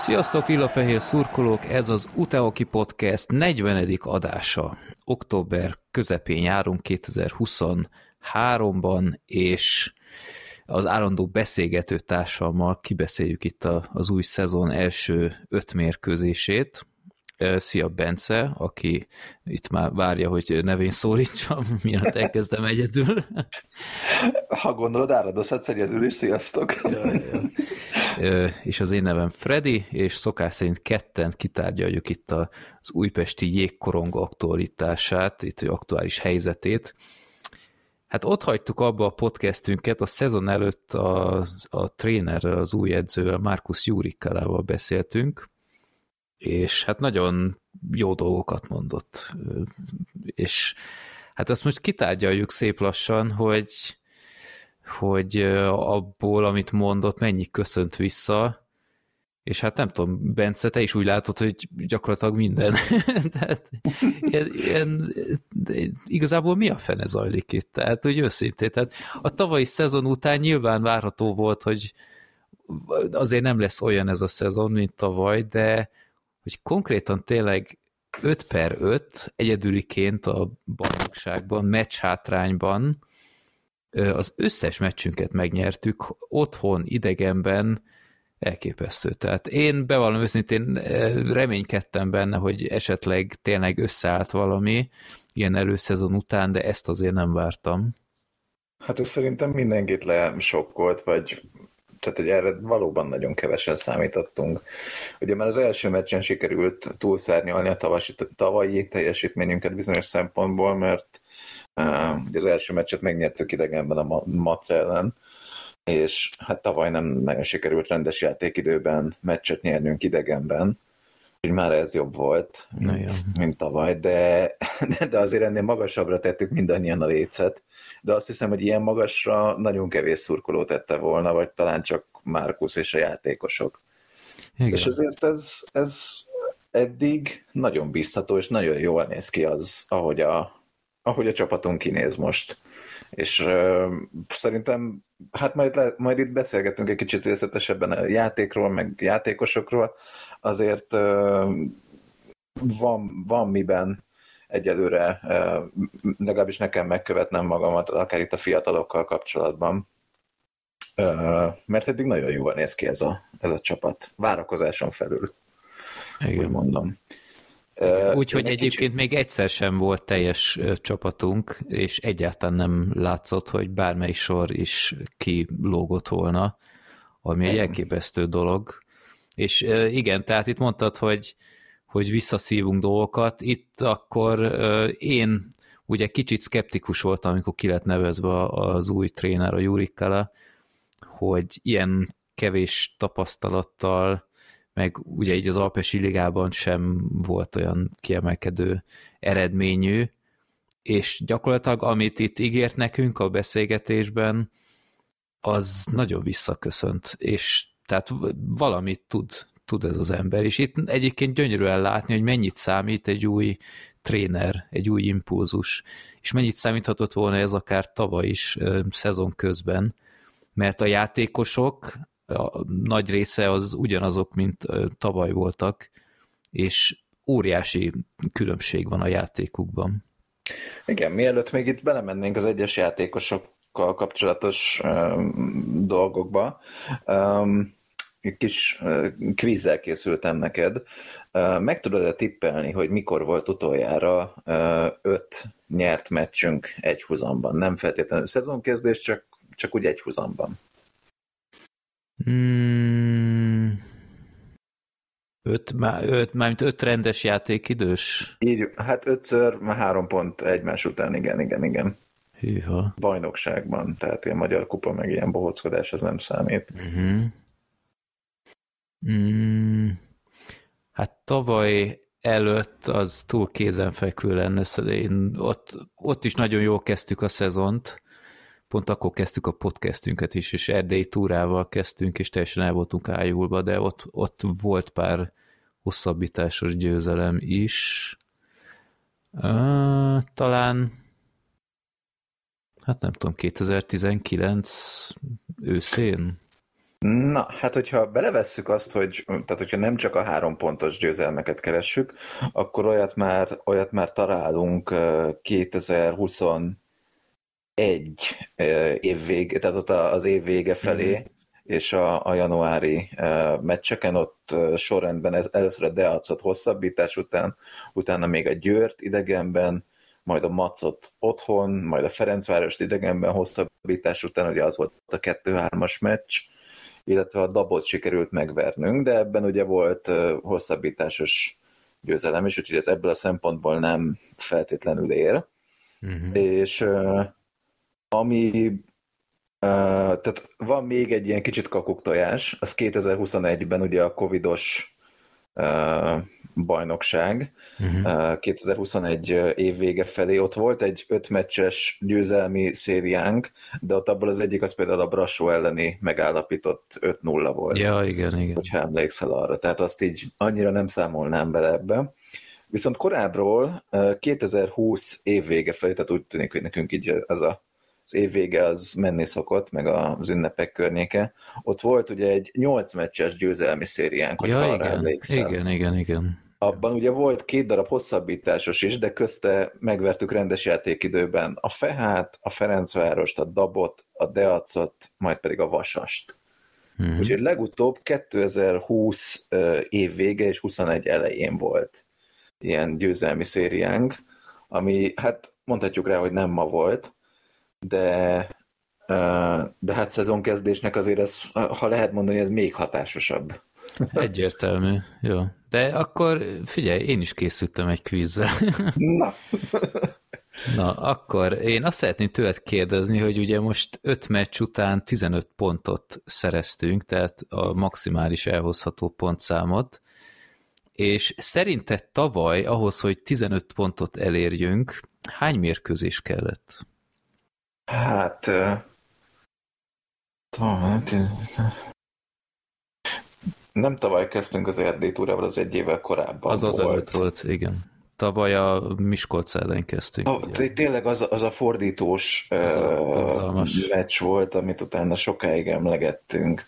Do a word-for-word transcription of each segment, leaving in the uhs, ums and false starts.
Sziasztok, lila-fehér szurkolók! Ez az Utehoki Podcast negyvenedik adása. Október közepén járunk kétezer-huszonháromban, és az állandó beszélgető társammal kibeszéljük itt a, az új szezon első öt mérkőzését. Szia, Bence, aki itt már várja, hogy nevén szólítsam, miatt elkezdem egyedül. Ha gondolod, áradozhatsz egyedül is, sziasztok! Ja, ja. És az én nevem Freddy, és szokás szerint ketten kitárgyaljuk itt az újpesti jégkorong aktualitását, itt aktuális helyzetét. Hát ott hagytuk abba a podcastünket, a szezon előtt a, a trénerrel, az új edzővel, Markus Jurikkalával beszéltünk, és hát nagyon jó dolgokat mondott. És hát azt most kitárgyaljuk szép lassan, hogy, hogy abból, amit mondott, mennyi köszönt vissza, és hát nem tudom, Bence, te is úgy látod, hogy gyakorlatilag minden. Tehát ilyen, ilyen, igazából mi a fene zajlik itt? Tehát úgy őszintén. Tehát a tavalyi szezon után nyilván várható volt, hogy azért nem lesz olyan ez a szezon, mint tavaly, de hogy konkrétan tényleg öt per öt egyedüliként a bajnokságban, meccs hátrányban az összes meccsünket megnyertük, otthon, idegenben, elképesztő. Tehát én bevallom őszintén reménykedtem benne, hogy esetleg tényleg összeállt valami ilyen előszezon után, de ezt azért nem vártam. Hát ez szerintem mindenkit lesokkolt, vagy tehát, hogy erre valóban nagyon kevesen számítottunk. Ugye már az első meccsen sikerült túlszárnyalni a tavasi, tavalyi teljesítményünket bizonyos szempontból, mert uh, az első meccset megnyertük idegenben a Mac ellen, és hát tavaly nem nagyon sikerült rendes játékidőben meccset nyernünk idegenben, hogy már ez jobb volt, mint, mint tavaly, de, de azért ennél magasabbra tettük mindannyian a lécet, de azt hiszem, hogy ilyen magasra nagyon kevés szurkoló tette volna, vagy talán csak Markus és a játékosok. Igen. És azért ez, ez eddig nagyon biztató, és nagyon jól néz ki az, ahogy a, ahogy a csapatunk kinéz most. És uh, szerintem, hát majd, le, majd itt beszélgetünk egy kicsit részletesebben a játékról, meg játékosokról, azért uh, van, van miben egyelőre, uh, legalábbis nekem megkövetnem magamat, akár itt a fiatalokkal kapcsolatban, uh, mert eddig nagyon jól néz ki ez a, ez a csapat. Várakozáson felül, igen. Úgy mondom. Úgyhogy egyébként kicsit... még egyszer sem volt teljes csapatunk, és egyáltalán nem látszott, hogy bármely sor is kilógott volna, ami egy elképesztő dolog. És igen, tehát itt mondtad, hogy, hogy visszaszívunk dolgokat. Itt akkor én ugye kicsit szkeptikus voltam, amikor ki lett nevezve az új tréner, a Jurikkala, hogy ilyen kevés tapasztalattal, meg ugye így az Alpesi Ligában sem volt olyan kiemelkedő eredményű, és gyakorlatilag amit itt ígért nekünk a beszélgetésben, az nagyon visszaköszönt, és tehát valamit tud, tud ez az ember, és itt egyébként gyönyörűen látni, hogy mennyit számít egy új tréner, egy új impulzus, és mennyit számíthatott volna ez akár tavaly is, szezon közben, mert a játékosok a nagy része az ugyanazok, mint tavaly voltak, és óriási különbség van a játékukban. Igen, mielőtt még itt belemennénk az egyes játékosokkal kapcsolatos um, dolgokba, um, egy kis uh, kvízzel készültem neked. Uh, meg tudod-e tippelni, hogy mikor volt utoljára uh, öt nyert meccsünk egy húzamban? Nem feltétlenül szezonkezdés, csak, csak úgy egy húzamban. Hmm, öt, öt, mármint öt rendes játékidős? Így, hát ötször, már három pont egymás után, igen, igen, igen. Hűha. Bajnokságban, tehát ilyen magyar kupa, meg ilyen bohóckodás, ez nem számít. Uh-huh. Hmm, hát tavaly előtt az túl kézenfekvő lenne, szóval én ott, ott is nagyon jól kezdtük a szezont, pont akkor kezdtük a podcastünket is, és erdélyi túrával kezdtünk, és teljesen el voltunk ájulva, de ott, ott volt pár hosszabbításos győzelem is. Uh, talán hát nem tudom, kétezer-tizenkilenc őszén? Na, hát hogyha belevesszük azt, hogy tehát hogyha nem csak a három pontos győzelmeket keressük, akkor olyat már, olyat már találunk ö, kétezer-huszonegy ö, év vége, tehát ott az év vége felé, mm-hmm. és a, a januári uh, meccseken ott uh, sorrendben ez, először a Deacot hosszabbítás után, utána még a Győrt idegenben, majd a Macot otthon, majd a Ferencvárost idegenben hosszabbítás után, ugye az volt a kettő-hármas meccs, illetve a Dabot sikerült megvernünk, de ebben ugye volt uh, hosszabbításos győzelem is, úgyhogy ez ebből a szempontból nem feltétlenül ér. Mm-hmm. És uh, ami Uh, tehát van még egy ilyen kicsit kakuktojás, az kétezer-huszonegyben ugye a covidos uh, bajnokság, uh-huh. uh, kétezer-huszonegy év vége felé ott volt egy öt meccses győzelmi szériánk, de ott abból az egyik az például a Brassó elleni megállapított öt nulla volt. Ja, igen, igen. Hogyha emlékszel arra, tehát azt így annyira nem számolnám bele ebbe. Viszont korábbról uh, kétezer-húsz év vége felé, tehát úgy tűnik, hogy nekünk így az a az év vége az menni szokott, meg az ünnepek környéke. Ott volt ugye egy nyolc meccses győzelmi szériánk, hogy ja, arra igen, emlékszem. igen, igen, igen. Abban ugye volt két darab hosszabbításos is, de közte megvertük rendes játékidőben a Fehát, a Ferencvárost, a Dabot, a Deacot, majd pedig a Vasast. Hmm. Úgyhogy legutóbb kétezer-húsz év vége és huszonegy elején volt ilyen győzelmi szériánk, ami hát mondhatjuk rá, hogy nem ma volt, de, de hát szezonkezdésnek azért ez, ha lehet mondani, ez még hatásosabb. Egyértelmű, jó. De akkor figyelj, én is készültem egy kvízzel. Na. Na, akkor én azt szeretném tőled kérdezni, hogy ugye most öt meccs után tizenöt pontot szereztünk, tehát a maximális elhozható pontszámot, és szerinted tavaly ahhoz, hogy tizenöt pontot elérjünk, hány mérkőzés kellett? Hát... Uh, nem tavaly kezdtünk az Erdély túrával, az egy évvel korábban az volt. Az előtt volt, igen. Tavaly a Miskolc ellen kezdtünk. Oh, tényleg az, az a fordítós az a uh, meccs volt, amit utána sokáig emlegettünk.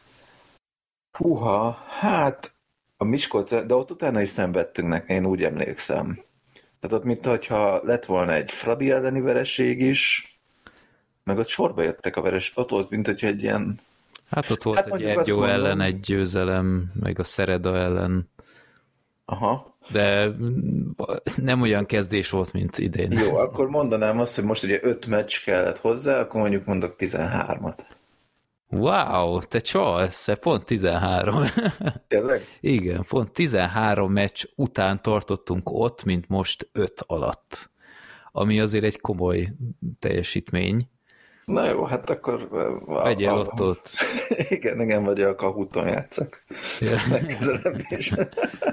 Húha, hát a Miskolc, de ott utána is szenvedtünk nekem, én úgy emlékszem. Tehát ott, mintha lett volna egy Fradi elleni vereség is, meg ott sorba jöttek a veres, ott volt, mint hogy egy ilyen... Hát ott volt hát egy Ergyó ellen egy győzelem, meg a Szereda ellen. Aha. De nem olyan kezdés volt, mint idén. Jó, akkor mondanám azt, hogy most ugye öt meccs kellett hozzá, akkor mondjuk mondok tizenhármat. Wow, te csalsz, pont tizenhárom. Tényleg? Igen, pont tizenhárom meccs után tartottunk ott, mint most öt alatt. Ami azért egy komoly teljesítmény. Na jó, hát akkor... Vegyél ott ott. Igen, igen, vagy a Kahúton játszak. Ja. Megközelebb is. Ja.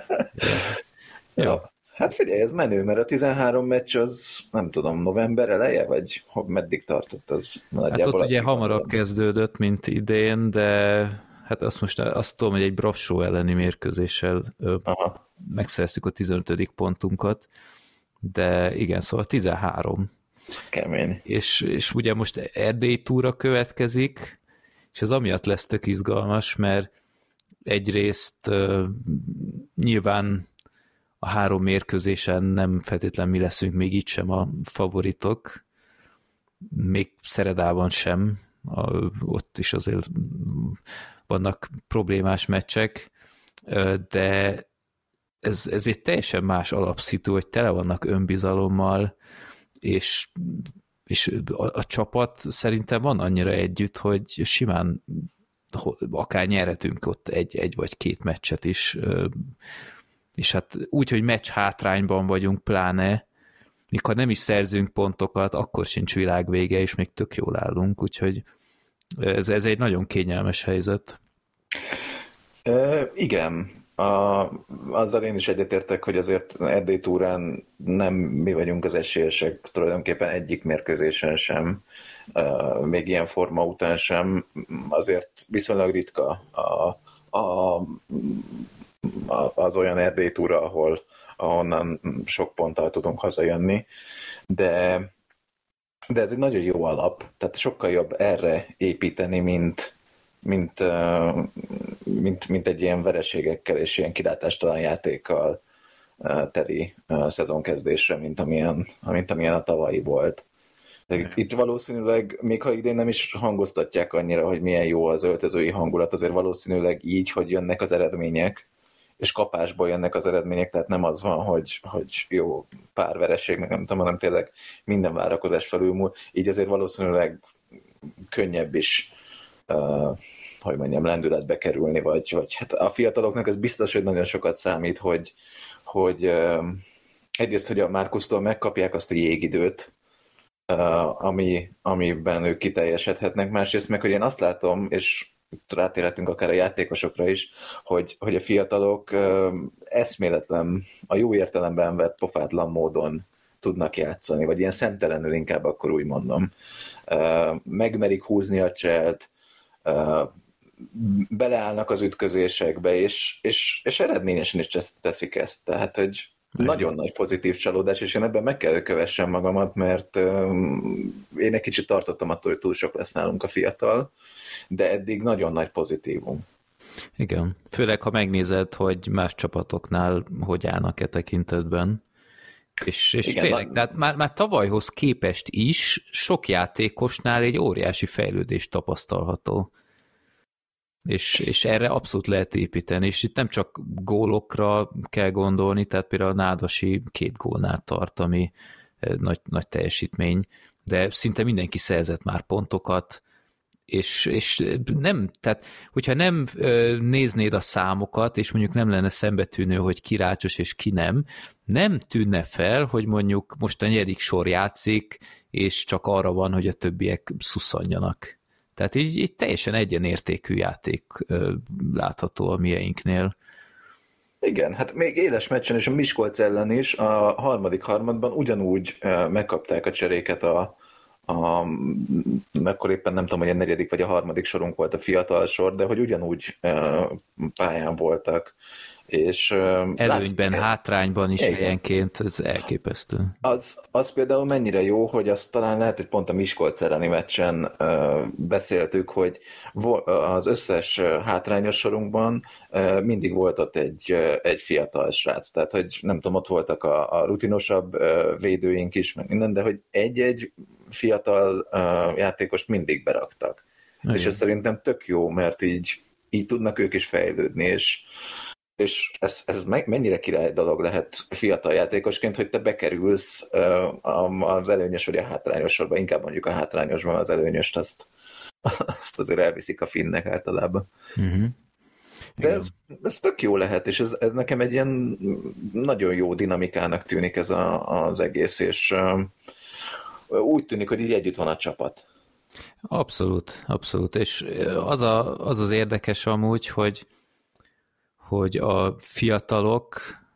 Jó. Ja. Hát figyelj, ez menő, mert a tizenhárom meccs az, nem tudom, november eleje, vagy meddig tartott az? Hát ott ugye hamarabb kezdődött, mint idén, de hát azt most azt tudom, hogy egy Brassó elleni mérkőzéssel Aha. megszereztük a tizenötödik pontunkat, de igen, szóval tizenhárom. Kemény. És, és ugye most Erdély túra következik, és ez amiatt lesz tök izgalmas, mert egyrészt uh, nyilván a három mérkőzésen nem feltétlenül mi leszünk még itt sem a favoritok, még Szeredában sem, a, ott is azért vannak problémás meccsek, de ez, ez egy teljesen más alapszitu, hogy tele vannak önbizalommal, és, és a, a csapat szerintem van annyira együtt, hogy simán akár nyerhetünk ott egy, egy vagy két meccset is, és hát úgy, hogy meccs hátrányban vagyunk pláne, mikor nem is szerzünk pontokat, akkor sincs világvége, és még tök jól állunk, úgyhogy ez, ez egy nagyon kényelmes helyzet. E, igen, a, azzal én is egyetértek, hogy azért Erdély túrán nem mi vagyunk az esélyesek, tulajdonképpen egyik mérkőzésen sem, uh, még ilyen forma után sem, azért viszonylag ritka a, a, a, az olyan Erdély túra, ahol ahonnan sok ponttal tudunk hazajönni, de, de ez egy nagyon jó alap, tehát sokkal jobb erre építeni, mint mint, mint, mint egy ilyen vereségekkel és ilyen kilátástalan játékkal teli szezonkezdésre, mint amilyen, mint amilyen a tavalyi volt. De itt, itt valószínűleg, még ha idén nem is hangoztatják annyira, hogy milyen jó az öltözői hangulat, azért valószínűleg így, hogy jönnek az eredmények, és kapásból jönnek az eredmények, tehát nem az van, hogy, hogy jó pár vereség, meg nem tudom, hanem tényleg minden várakozás felülmúl, így azért valószínűleg könnyebb is, uh, hogy mondjam, lendületbe kerülni, vagy, vagy hát a fiataloknak ez biztos, hogy nagyon sokat számít, hogy, hogy uh, egyrészt, hogy a Marcustól megkapják azt a jégidőt, uh, ami, amiben ők kiteljesedhetnek, másrészt meg, hogy én azt látom, és rátérhetünk akár a játékosokra is, hogy, hogy a fiatalok uh, eszméletlen, a jó értelemben vett pofátlan módon tudnak játszani, vagy ilyen szemtelenül inkább akkor úgy mondom. Uh, megmerik húzni a cselt, uh, beleállnak az ütközésekbe, és, és, és eredményesen is teszik ezt. Tehát, hogy nagyon nagy pozitív csalódás, és én ebben meg kell kövessem magamat, mert um, én egy kicsit tartottam attól, hogy túl sok lesz nálunk a fiatal, de eddig nagyon nagy pozitívum. Igen, főleg ha megnézed, hogy más csapatoknál hogy állnak e tekintetben. És, és Igen, tényleg, na... tehát már, már tavalyhoz képest is sok játékosnál egy óriási fejlődés tapasztalható. És, és erre abszolút lehet építeni, és itt nem csak gólokra kell gondolni, tehát például a Nádasi két gólnál tart, ami nagy, nagy teljesítmény, de szinte mindenki szerzett már pontokat, és, és nem, tehát hogyha nem néznéd a számokat, és mondjuk nem lenne szembetűnő, hogy ki rácsos és ki nem, nem tűnne fel, hogy mondjuk most a negyedik sor játszik, és csak arra van, hogy a többiek szusszanjanak. Tehát így, így teljesen egyenértékű játék látható a mieinknél. Igen, hát még éles meccsen és a Miskolc ellen is a harmadik harmadban ugyanúgy megkapták a cseréket a A, akkor éppen nem tudom, hogy a negyedik vagy a harmadik sorunk volt a fiatal sor, de hogy ugyanúgy uh, pályán voltak. És, uh, előnyben, látsz, hátrányban is igen. Helyenként, ez elképesztő. Az, az például mennyire jó, hogy azt talán lehet, hogy pont a Miskolc elleni meccsen uh, beszéltük, hogy vo- az összes hátrányos sorunkban uh, mindig volt ott egy, uh, egy fiatal srác. Tehát, hogy nem tudom, ott voltak a, a rutinosabb uh, védőink is, meg minden, de hogy egy-egy fiatal uh, játékost mindig beraktak. Igen. És ez szerintem tök jó, mert így, így tudnak ők is fejlődni, és, és ez, ez mennyire király dolog lehet fiatal játékosként, hogy te bekerülsz uh, az előnyös vagy a hátrányos sorba, inkább mondjuk a hátrányosban az előnyöst, azt, azt azért elviszik a finnek általában. Uh-huh. De ez, ez tök jó lehet, és ez, ez nekem egy ilyen nagyon jó dinamikának tűnik ez a, az egész, és uh, úgy tűnik, hogy így együtt van a csapat. Abszolút, abszolút. És az, a, az az érdekes amúgy, hogy, hogy a fiatalok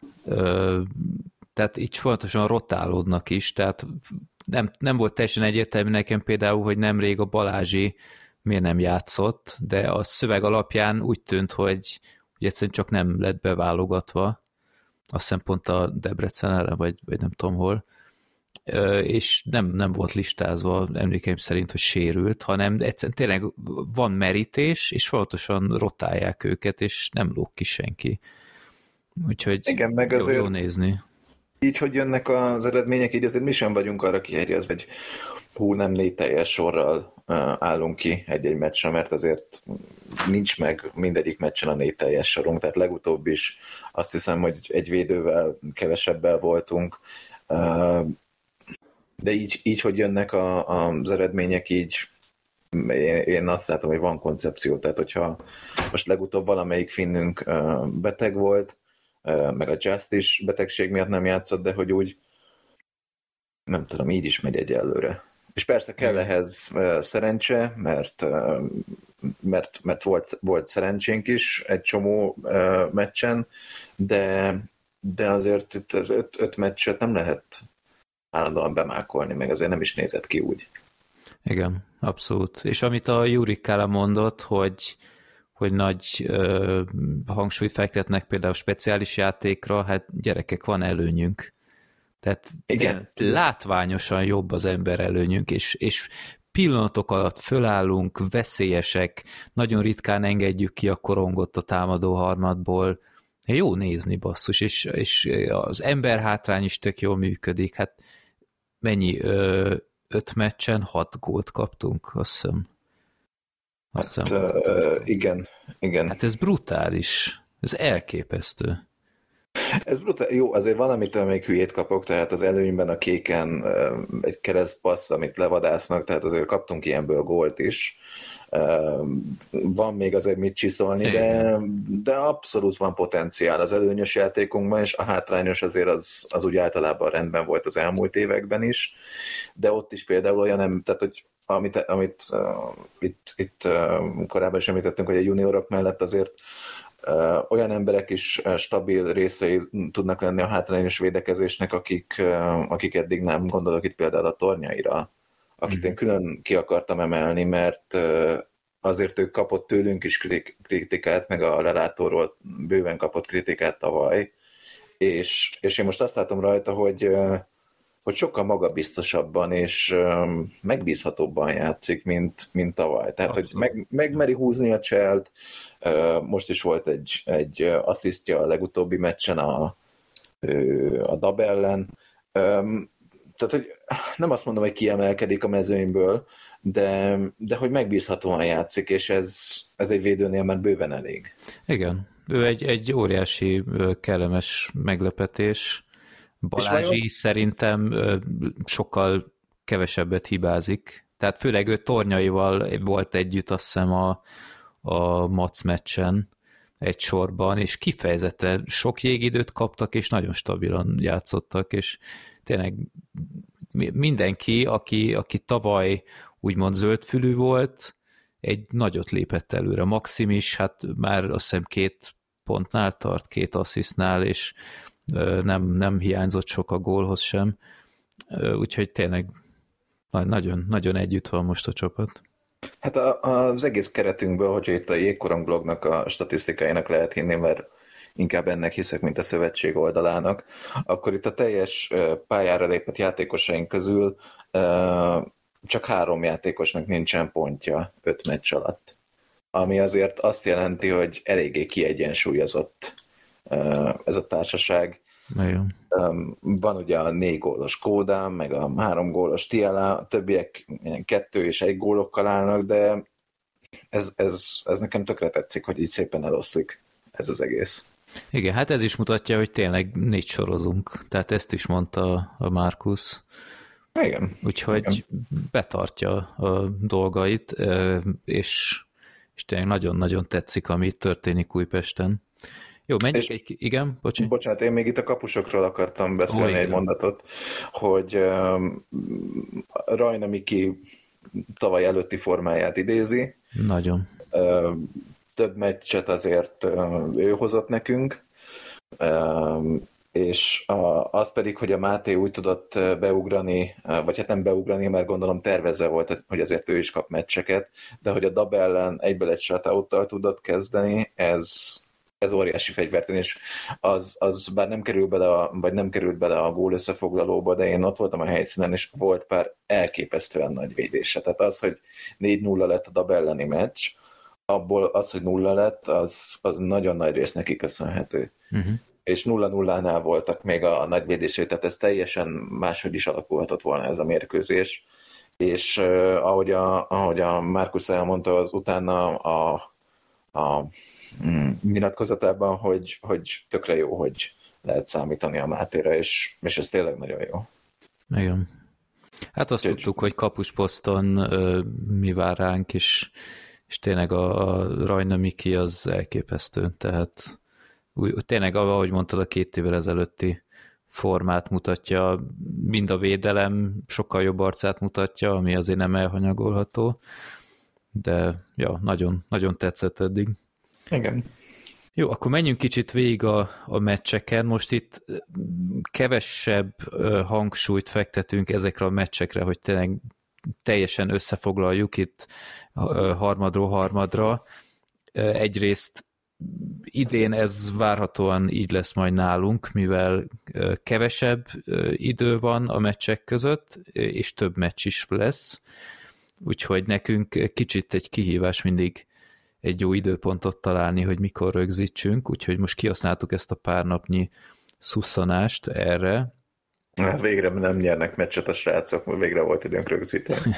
ö, tehát így fontosan rotálódnak is, tehát nem, nem volt teljesen egyértelmű nekem például, hogy nemrég a Balázsi miért nem játszott, de a szöveg alapján úgy tűnt, hogy, hogy egyszerűen csak nem lett beválogatva, azt hiszem pont a Debrecen ellen, vagy, vagy nem tudom hol, és nem, nem volt listázva emlékeim szerint, hogy sérült, hanem egyszerűen tényleg van merítés, és fontosan rotálják őket, és nem lóg ki senki. Úgyhogy igen, meg jó, azért jó nézni. Így, hogy jönnek az eredmények, így azért mi sem vagyunk arra kihegyezve, hogy hú, nem négy teljes sorral állunk ki egy-egy meccsre, mert azért nincs meg mindegyik meccsen a négy teljes sorunk, tehát legutóbb is azt hiszem, hogy egy védővel kevesebbel voltunk, de így, így hogy jönnek a, az eredmények, így én azt látom, hogy van koncepció, tehát hogyha most legutóbb valamelyik finnünk beteg volt, meg a Just is betegség miatt nem játszott, de hogy úgy nem tudom, így is megy egyelőre. És persze kell ehhez szerencse, mert, mert, mert volt, volt szerencsénk is egy csomó meccsen, de, de azért itt az öt, öt meccset nem lehet állandóan bemákolni, meg azért nem is nézett ki úgy. Igen, abszolút. És amit a Jurikála mondott, hogy, hogy nagy ö, hangsúlyt fektetnek például speciális játékra, hát gyerekek, van előnyünk. Tehát igen, látványosan jobb az ember előnyünk, és, és pillanatok alatt fölállunk, veszélyesek, nagyon ritkán engedjük ki a korongot a támadó harmadból. Jó nézni, basszus, és, és az emberhátrány is tök jól működik. Hát mennyi, ö, öt meccsen hat gólt kaptunk, azt hiszem. Azt hát, hiszem, uh, igen, igen. Hát ez brutális, ez elképesztő. Ez brutál. Jó, azért van, amitől még hülyét kapok, tehát az előnyben a kéken egy keresztpassz, amit levadásznak, tehát azért kaptunk ilyenből gólt is. Van még azért mit csiszolni, de, de abszolút van potenciál az előnyös játékunkban, és a hátrányos azért az, az úgy általában rendben volt az elmúlt években is, de ott is például olyan nem, tehát hogy amit, amit uh, itt, itt uh, korábban is említettünk, hogy a juniorok mellett azért Uh, olyan emberek is uh, stabil részei tudnak lenni a hátrányos védekezésnek, akik, uh, akik eddig nem, gondolok itt például a Tornyaira, akit mm. én külön ki akartam emelni, mert uh, azért ő kapott tőlünk is kritikát, meg a lelátóról bőven kapott kritikát tavaly, és, és én most azt látom rajta, hogy uh, hogy sokkal magabiztosabban és um, megbízhatóbban játszik, mint, mint tavaly. Tehát, abszolút, hogy meg, megmeri húzni a cselt, uh, most is volt egy, egy asszisztja a legutóbbi meccsen a, a Dab ellen. Um, tehát, hogy nem azt mondom, hogy kiemelkedik a mezőnyből, de, de hogy megbízhatóan játszik, és ez, ez egy védőnél már bőven elég. Igen, ő egy, egy óriási, kellemes meglepetés. Balázsi szerintem sokkal kevesebbet hibázik. Tehát főleg ő Tornyaival volt együtt, azt hiszem a, a Mac meccsen egy sorban, és kifejezetten sok jégidőt kaptak, és nagyon stabilan játszottak, és tényleg mindenki, aki, aki tavaly úgymond zöldfülű volt, egy nagyot lépett előre. Maxim is, hát már azt hiszem két pontnál tart, két asszisztnál, és nem, nem hiányzott sok a gólhoz sem, úgyhogy tényleg nagyon, nagyon együtt van most a csapat. Hát a, az egész keretünkből, hogyha itt a Jégkorong blognak a statisztikáinak lehet hinni, mert inkább ennek hiszek, mint a szövetség oldalának, akkor itt a teljes pályára lépett játékosaink közül csak három játékosnak nincsen pontja öt meccs alatt. Ami azért azt jelenti, hogy eléggé kiegyensúlyozott ez a társaság. Nagyon. Van ugye a négy gólos Kódám, meg a három gólos Tiala, a többiek kettő és egy gólokkal állnak, de ez, ez, ez nekem tökre tetszik, hogy így szépen eloszlik ez az egész. Igen, hát ez is mutatja, hogy tényleg négy sorozunk. Tehát ezt is mondta a Markus. Igen. Úgyhogy igen, betartja a dolgait, és, és tényleg nagyon-nagyon tetszik, ami itt történik Újpesten. Jó, menjünk egy... Igen, bocsi. Bocsánat, én még itt a kapusokról akartam beszélni oh, egy mondatot, hogy um, Rajna Miki tavaly előtti formáját idézi. Nagyon. Uh, több meccset azért uh, ő hozott nekünk, uh, és uh, az pedig, hogy a Máté úgy tudott beugrani, uh, vagy hát nem beugrani, mert gondolom tervezve volt, hogy azért ő is kap meccseket, de hogy a Dab ellen egyből egy shutout-tal tudott kezdeni, ez ez óriási fegyvertén, és az, az bár nem kerül bele, a, vagy nem került bele a gól összefoglalóba, de én ott voltam a helyszínen, és volt pár elképesztően nagy védése. Tehát az, hogy négy nulla lett a Dab elleni meccs, abból az, hogy nulla lett, az, az nagyon nagy rész neki köszönhető. Uh-huh. És nulla nullánál voltak még a, a nagy védésé, tehát ez teljesen máshogy is alakulhatott volna ez a mérkőzés. És uh, ahogy a, ahogy a Markus elmondta, az utána a a nyilatkozatában, hogy, hogy tökre jó, hogy lehet számítani a Mátéra, és, és ez tényleg nagyon jó. Igen. Hát azt Úgyhogy... tudtuk, hogy kapusposzton uh, mi vár ránk, és, és tényleg a, a Rajna Miki az elképesztő, tehát úgy, tényleg, ahogy mondtad, a két évvel ezelőtti formát mutatja, mind a védelem sokkal jobb arcát mutatja, ami azért nem elhanyagolható, de ja, nagyon, nagyon tetszett eddig. Igen. Jó, akkor menjünk kicsit végig a, a meccseken. Most itt kevesebb hangsúlyt fektetünk ezekre a meccsekre, hogy tényleg teljesen összefoglaljuk itt harmadról harmadra. Egyrészt idén ez várhatóan így lesz majd nálunk, mivel kevesebb idő van a meccsek között, és több meccs is lesz. úgyhogy nekünk kicsit egy kihívás mindig egy jó időpontot találni, hogy mikor rögzítsünk, úgyhogy most kihasználtuk ezt a pár napnyi szuszanást erre. Végre nem nyernek meccset a srácok, mert végre volt időnk rögzíteni.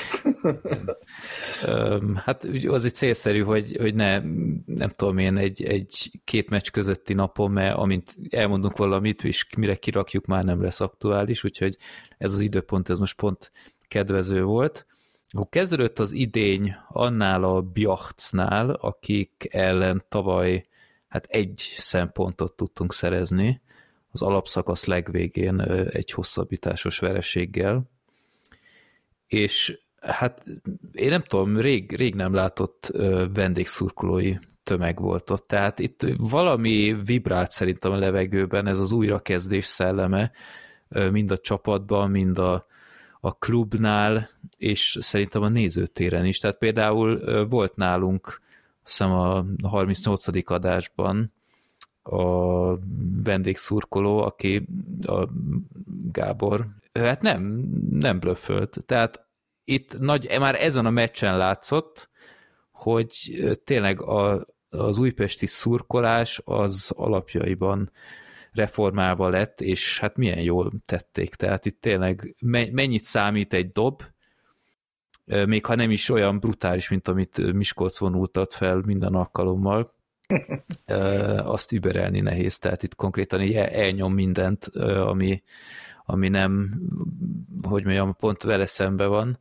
Hát az egy célszerű, hogy, hogy ne, nem tudom én, egy, egy két meccs közötti napon, mert amint elmondunk valamit, és mire kirakjuk, már nem lesz aktuális, úgyhogy ez az időpont, ez most pont kedvező volt. Akkor kezdődött az idény annál a Bjachtsnál, akik ellen tavaly hát egy szempontot tudtunk szerezni, az alapszakasz legvégén egy hosszabbításos vereséggel, és hát én nem tudom, rég, rég nem látott vendégszurkolói tömeg volt ott, tehát itt valami vibrált szerintem a levegőben, ez az újrakezdés szelleme, mind a csapatban, mind a, a klubnál, és szerintem a nézőtéren is, tehát például volt nálunk, azt hiszem a harmincnyolcadik adásban a vendégszurkoló, aki a Gábor, hát nem, nem blöffölt. Tehát itt nagy, már ezen a meccsen látszott, hogy tényleg a, az újpesti szurkolás az alapjaiban reformálva lett, és hát milyen jól tették. Tehát itt tényleg mennyit számít egy dob, még ha nem is olyan brutális, mint amit Miskolc vonultat fel minden alkalommal, azt überelni nehéz, tehát itt konkrétan így elnyom mindent, ami, ami nem, hogy mondjam, pont vele szembe van,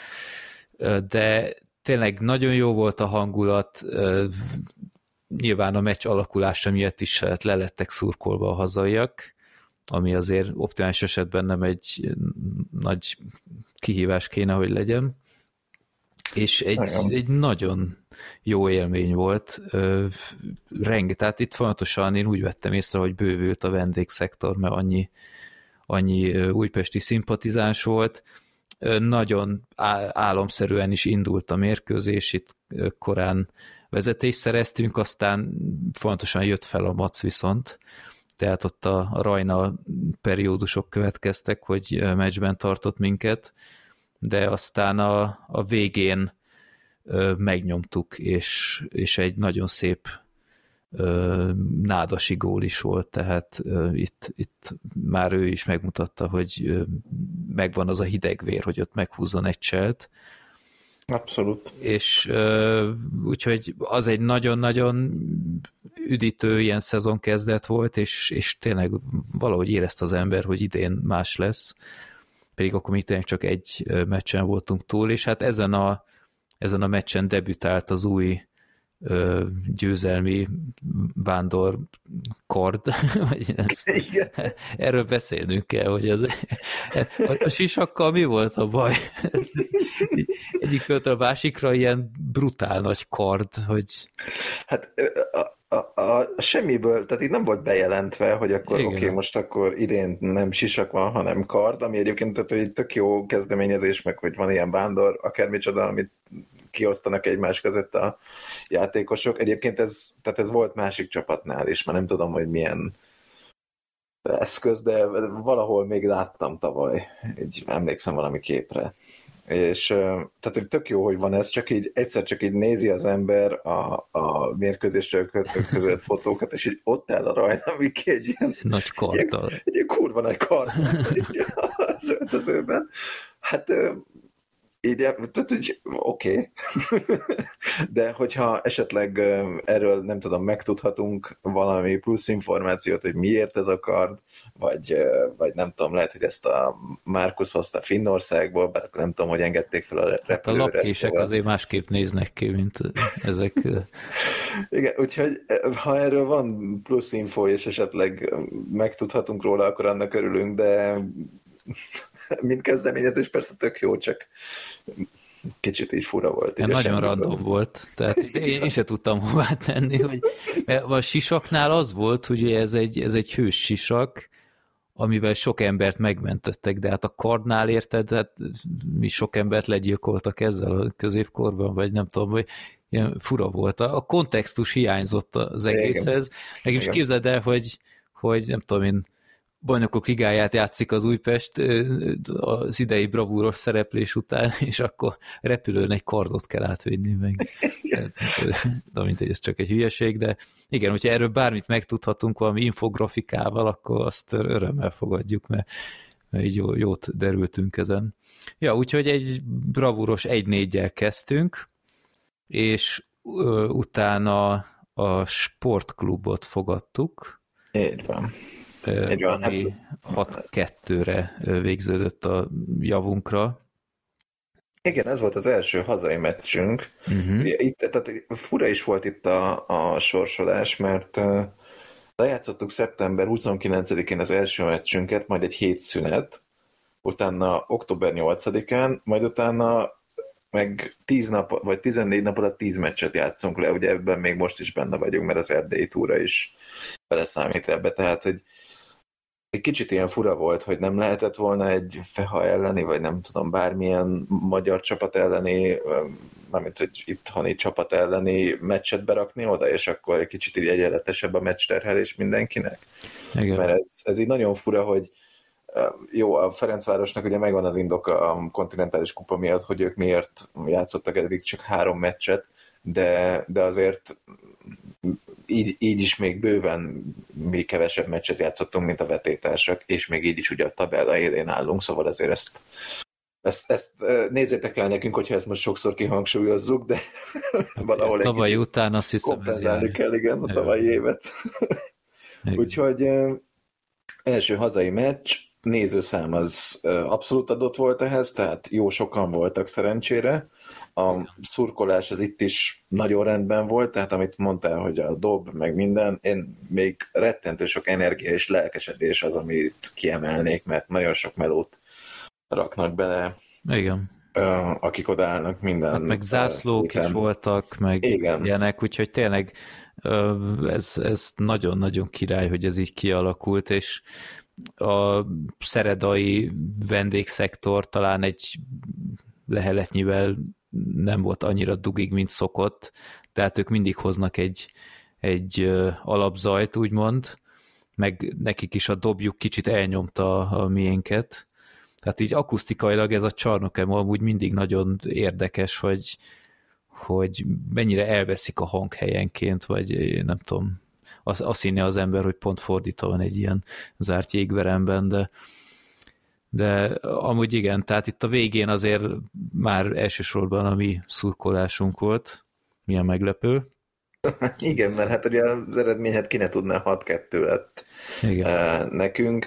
de tényleg nagyon jó volt a hangulat, nyilván a meccs alakulása miatt is le lettek szurkolva a hazaiak, ami azért optimális esetben nem egy nagy kihívás kéne, hogy legyen, és egy, egy nagyon jó élmény volt. Renge, tehát itt fontosan én úgy vettem észre, hogy bővült a vendégszektor, mert annyi, annyi újpesti szimpatizáns volt. Nagyon álomszerűen is indult a mérkőzés, itt korán vezetést szereztünk, aztán fontosan jött fel a mac viszont, tehát ott a Rajna periódusok következtek, hogy meccsben tartott minket, de aztán a, a végén ö, megnyomtuk, és, és egy nagyon szép ö, nádasi gól is volt, tehát ö, itt, itt már ő is megmutatta, hogy ö, megvan az a hidegvér, hogy ott meghúzzon egy cselt. Abszolút. És ö, úgyhogy az egy nagyon-nagyon üdítő ilyen szezon kezdet volt, és, és tényleg valahogy érezte az ember, hogy idén más lesz, pedig akkor még tényleg csak egy meccsen voltunk túl, és hát ezen a, ezen a meccsen debütált az új ö, győzelmi vándor kard, vagy nem Igen. Erről beszélnünk kell, hogy ez, a, a sisakkal mi volt a baj? Egyik föltől a másikra ilyen brutál nagy kard, hogy... Hát a, a, a semmiből, tehát itt nem volt bejelentve, hogy akkor oké, okay, most akkor idén nem sisak van, hanem kard, ami egyébként tehát, hogy tök jó kezdeményezés, meg hogy van ilyen vándor, akármicsoda, amit kiosztanak egymás között a játékosok. Egyébként ez, tehát ez volt másik csapatnál is, már nem tudom, hogy milyen eszköz, de valahol még láttam tavaly, így emlékszem valami képre. És tehát, hogy tök jó, hogy van ez, csak így egyszer csak így nézi az ember a, a mérkőzésről között fotókat, és így ott áll a Rajna, amik egy ilyen nagy karddal. Egy, egy ilyen kurva nagy karddal az öltözőben. Hát így, tehát, hogy oké. Okay. De hogyha esetleg erről, nem tudom, megtudhatunk valami plusz információt, hogy miért ez a kard, vagy, vagy nem tudom, lehet, hogy ezt a Markus hozta Finnországból, bár nem tudom, hogy engedték fel a repülőre. Hát a lapkések szóval azért másképp néznek ki, mint ezek. Igen, úgyhogy ha erről van plusz info, és esetleg megtudhatunk róla, akkor annak örülünk, de mint kezdeményezés persze tök jó, csak kicsit így fura volt. Így nagyon random volt, tehát én, én se tudtam hová tenni, hogy a sisaknál az volt, hogy ez egy, ez egy hős sisak, amivel sok embert megmentettek, de hát a kardnál érted, hát mi sok embert legyilkoltak ezzel a középkorban, vagy nem tudom, hogy ilyen fura volt. A kontextus hiányzott az egészhez. Meg is képzeld el, hogy, hogy nem tudom én, bajnokok ligáját játszik az Újpest az idei bravúros szereplés után, és akkor repülőn egy kardot kell átvinni meg. De mindegy, ez csak egy hülyeség, de igen, hogyha erről bármit megtudhatunk valami infografikával, akkor azt örömmel fogadjuk, mert, mert így jó, jót derültünk ezen. Ja, úgyhogy egy bravúros egy négyel kezdtünk, és ö, utána a sportklubot fogadtuk. Így van. Így van. Ami hat kettőre végződött a javunkra. Igen, ez volt az első hazai meccsünk. Uh-huh. Itt, tehát fura is volt itt a, a sorsolás, mert uh, lejátszottuk szeptember huszonkilencedikén az első meccsünket, majd egy hét szünet, utána október nyolcadikán, majd utána meg tíz nap, vagy tizennégy nap alatt tíz meccset játszunk le, ugye ebben még most is benne vagyunk, mert az erdélyi túra is beleszámít ebbe, tehát hogy egy kicsit ilyen fura volt, hogy nem lehetett volna egy Feha elleni, vagy nem tudom, bármilyen magyar csapat elleni, mármint, hogy itthoni csapat elleni meccset berakni oda, és akkor egy kicsit így egyenletesebb a meccsterhelés mindenkinek. Igen. Mert ez, ez így nagyon fura, hogy jó, a Ferencvárosnak ugye megvan az indok a kontinentális kupa miatt, hogy ők miért játszottak eddig csak három meccset, de, de azért így, így is még bőven mi kevesebb meccset játszottunk, mint a vetétársak, és még így is ugye a tabella élén állunk, szóval azért ezt, ezt, ezt nézzétek el nekünk, hogyha ezt most sokszor kihangsúlyozzuk, de hát valahol egy tavalyi után azt hiszem kompenzálni kell, igen, a tavalyi évet. Úgyhogy első hazai meccs, nézőszám az abszolút adott volt ehhez, tehát jó sokan voltak szerencsére. A szurkolás az itt is nagyon rendben volt, tehát amit mondtál, hogy a dob, meg minden, én még rettentő sok energia és lelkesedés az, amit kiemelnék, mert nagyon sok melót raknak bele. Igen. Akik odaállnak minden. Hát meg zászlók is voltak, meg igen. Ilyenek, úgyhogy tényleg ez, ez nagyon-nagyon király, hogy ez így kialakult, és a szeredai vendégszektor talán egy leheletnyivel nem volt annyira dugig, mint szokott, tehát ők mindig hoznak egy, egy alapzajt, úgymond, meg nekik is a dobjuk kicsit elnyomta a miénket. Tehát így akusztikailag ez a csarnokem amúgy mindig nagyon érdekes, hogy, hogy mennyire elveszik a hang helyenként, vagy nem tudom, azt, azt hinné az ember, hogy pont fordítva van egy ilyen zárt jégveremben, de de amúgy igen, tehát itt a végén azért már elsősorban a mi szurkolásunk volt. Milyen meglepő. Igen, mert hát ugye az eredményet ki ne tudná, hat kettő lett igen. nekünk.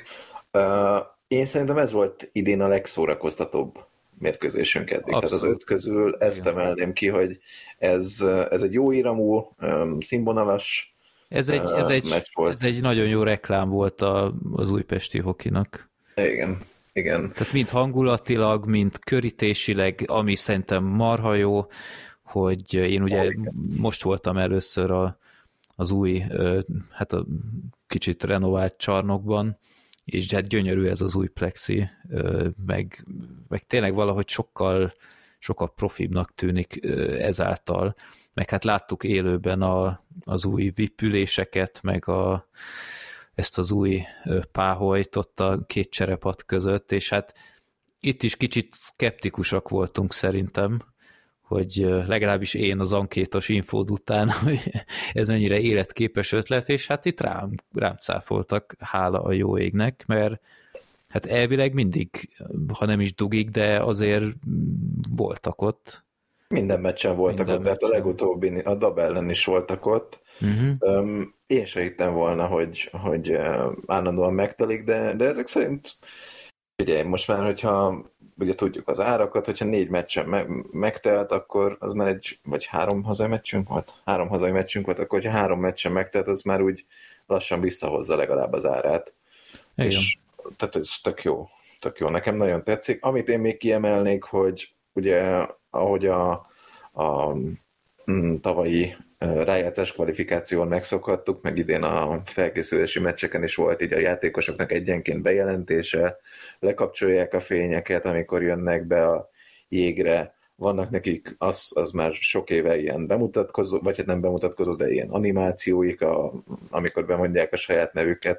Én szerintem ez volt idén a legszórakoztatóbb mérkőzésünk eddig. Abszolút. Tehát az öt közül ezt igen. emelném ki, hogy ez, ez egy jó íramú, színvonalas ez egy, ez egy, meccs volt. Ez egy nagyon jó reklám volt a, az újpesti hokinak. Igen. Igen. Tehát mind hangulatilag, mind körítésileg, ami szerintem marha jó, hogy én ugye oh, most voltam először a, az új, hát a kicsit renovált csarnokban, és hát gyönyörű ez az új plexi, meg, meg tényleg valahogy sokkal, sokkal profibbnak tűnik ezáltal, meg hát láttuk élőben a, az új vippüléseket, meg a ezt az új páholyt ott a két cserepat között, és hát itt is kicsit szkeptikusak voltunk szerintem, hogy legalábbis én az ankétos infód után, hogy ez mennyire életképes ötlet, és hát itt rám, rám cáfoltak, hála a jó égnek, mert hát elvileg mindig, ha nem is dugik, de azért voltak ott. Minden meccsen voltak Minden ott, meccsen. Tehát a legutóbbi, a dab ellen is voltak ott. Uh-huh. Um, én se hittem volna, hogy, hogy uh, állandóan megtelik, de, de ezek szerint ugye most már, hogyha ugye tudjuk az árakat, hogyha négy meccsen me- megtelt, akkor az már egy, vagy három hazai meccsünk volt? Három hazai meccsünk volt, akkor hogyha három meccsen megtelt, az már úgy lassan visszahozza legalább az árát. Igen. És tehát ez tök jó, tök jó. Nekem nagyon tetszik. Amit én még kiemelnék, hogy ugye ahogy a, a mm, tavalyi rájátszás kvalifikáción megszokhattuk, meg idén a felkészülési meccseken is volt így a játékosoknak egyenként bejelentése, lekapcsolják a fényeket, amikor jönnek be a jégre, vannak nekik, az, az már sok éve ilyen bemutatkozó, vagy hát nem bemutatkozó, de ilyen animációik, a, amikor bemondják a saját nevüket,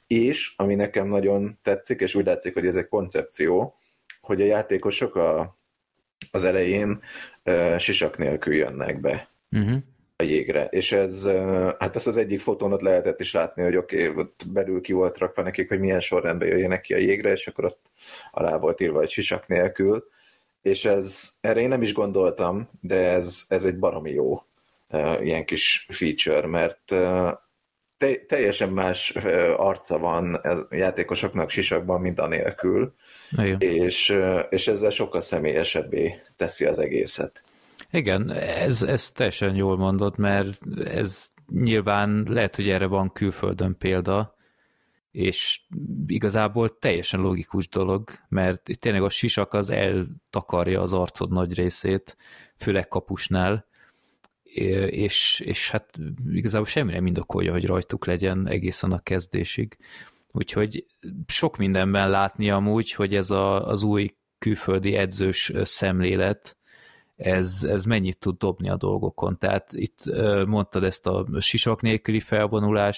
és ami nekem nagyon tetszik, és úgy látszik, hogy ez egy koncepció, hogy a játékosok a, az elején uh, sisak nélkül jönnek be uh-huh. a jégre, és ez, uh, hát ezt az egyik fotón ott lehetett is látni, hogy oké, okay, ott belül ki volt rakva nekik, hogy milyen sorrendben jöjjenek ki a jégre, és akkor ott alá volt írva, hogy sisak nélkül, és ez, erre én nem is gondoltam, de ez, ez egy baromi jó uh, ilyen kis feature, mert uh, te, teljesen más uh, arca van a játékosoknak sisakban, mint anélkül, és, uh, és ezzel sokkal személyesebbé teszi az egészet. Igen, ez, ez teljesen jól mondod, mert ez nyilván lehet, hogy erre van külföldön példa, és igazából teljesen logikus dolog, mert itt tényleg a sisak az eltakarja az arcod nagy részét, főleg kapusnál, és, és hát igazából semmi nem indokolja, hogy rajtuk legyen egészen a kezdésig. Úgyhogy sok mindenben látni amúgy, hogy ez a, az új külföldi edzős szemlélet, ez, ez mennyit tud dobni a dolgokon. Tehát itt mondtad ezt a sisak nélküli felvonulást,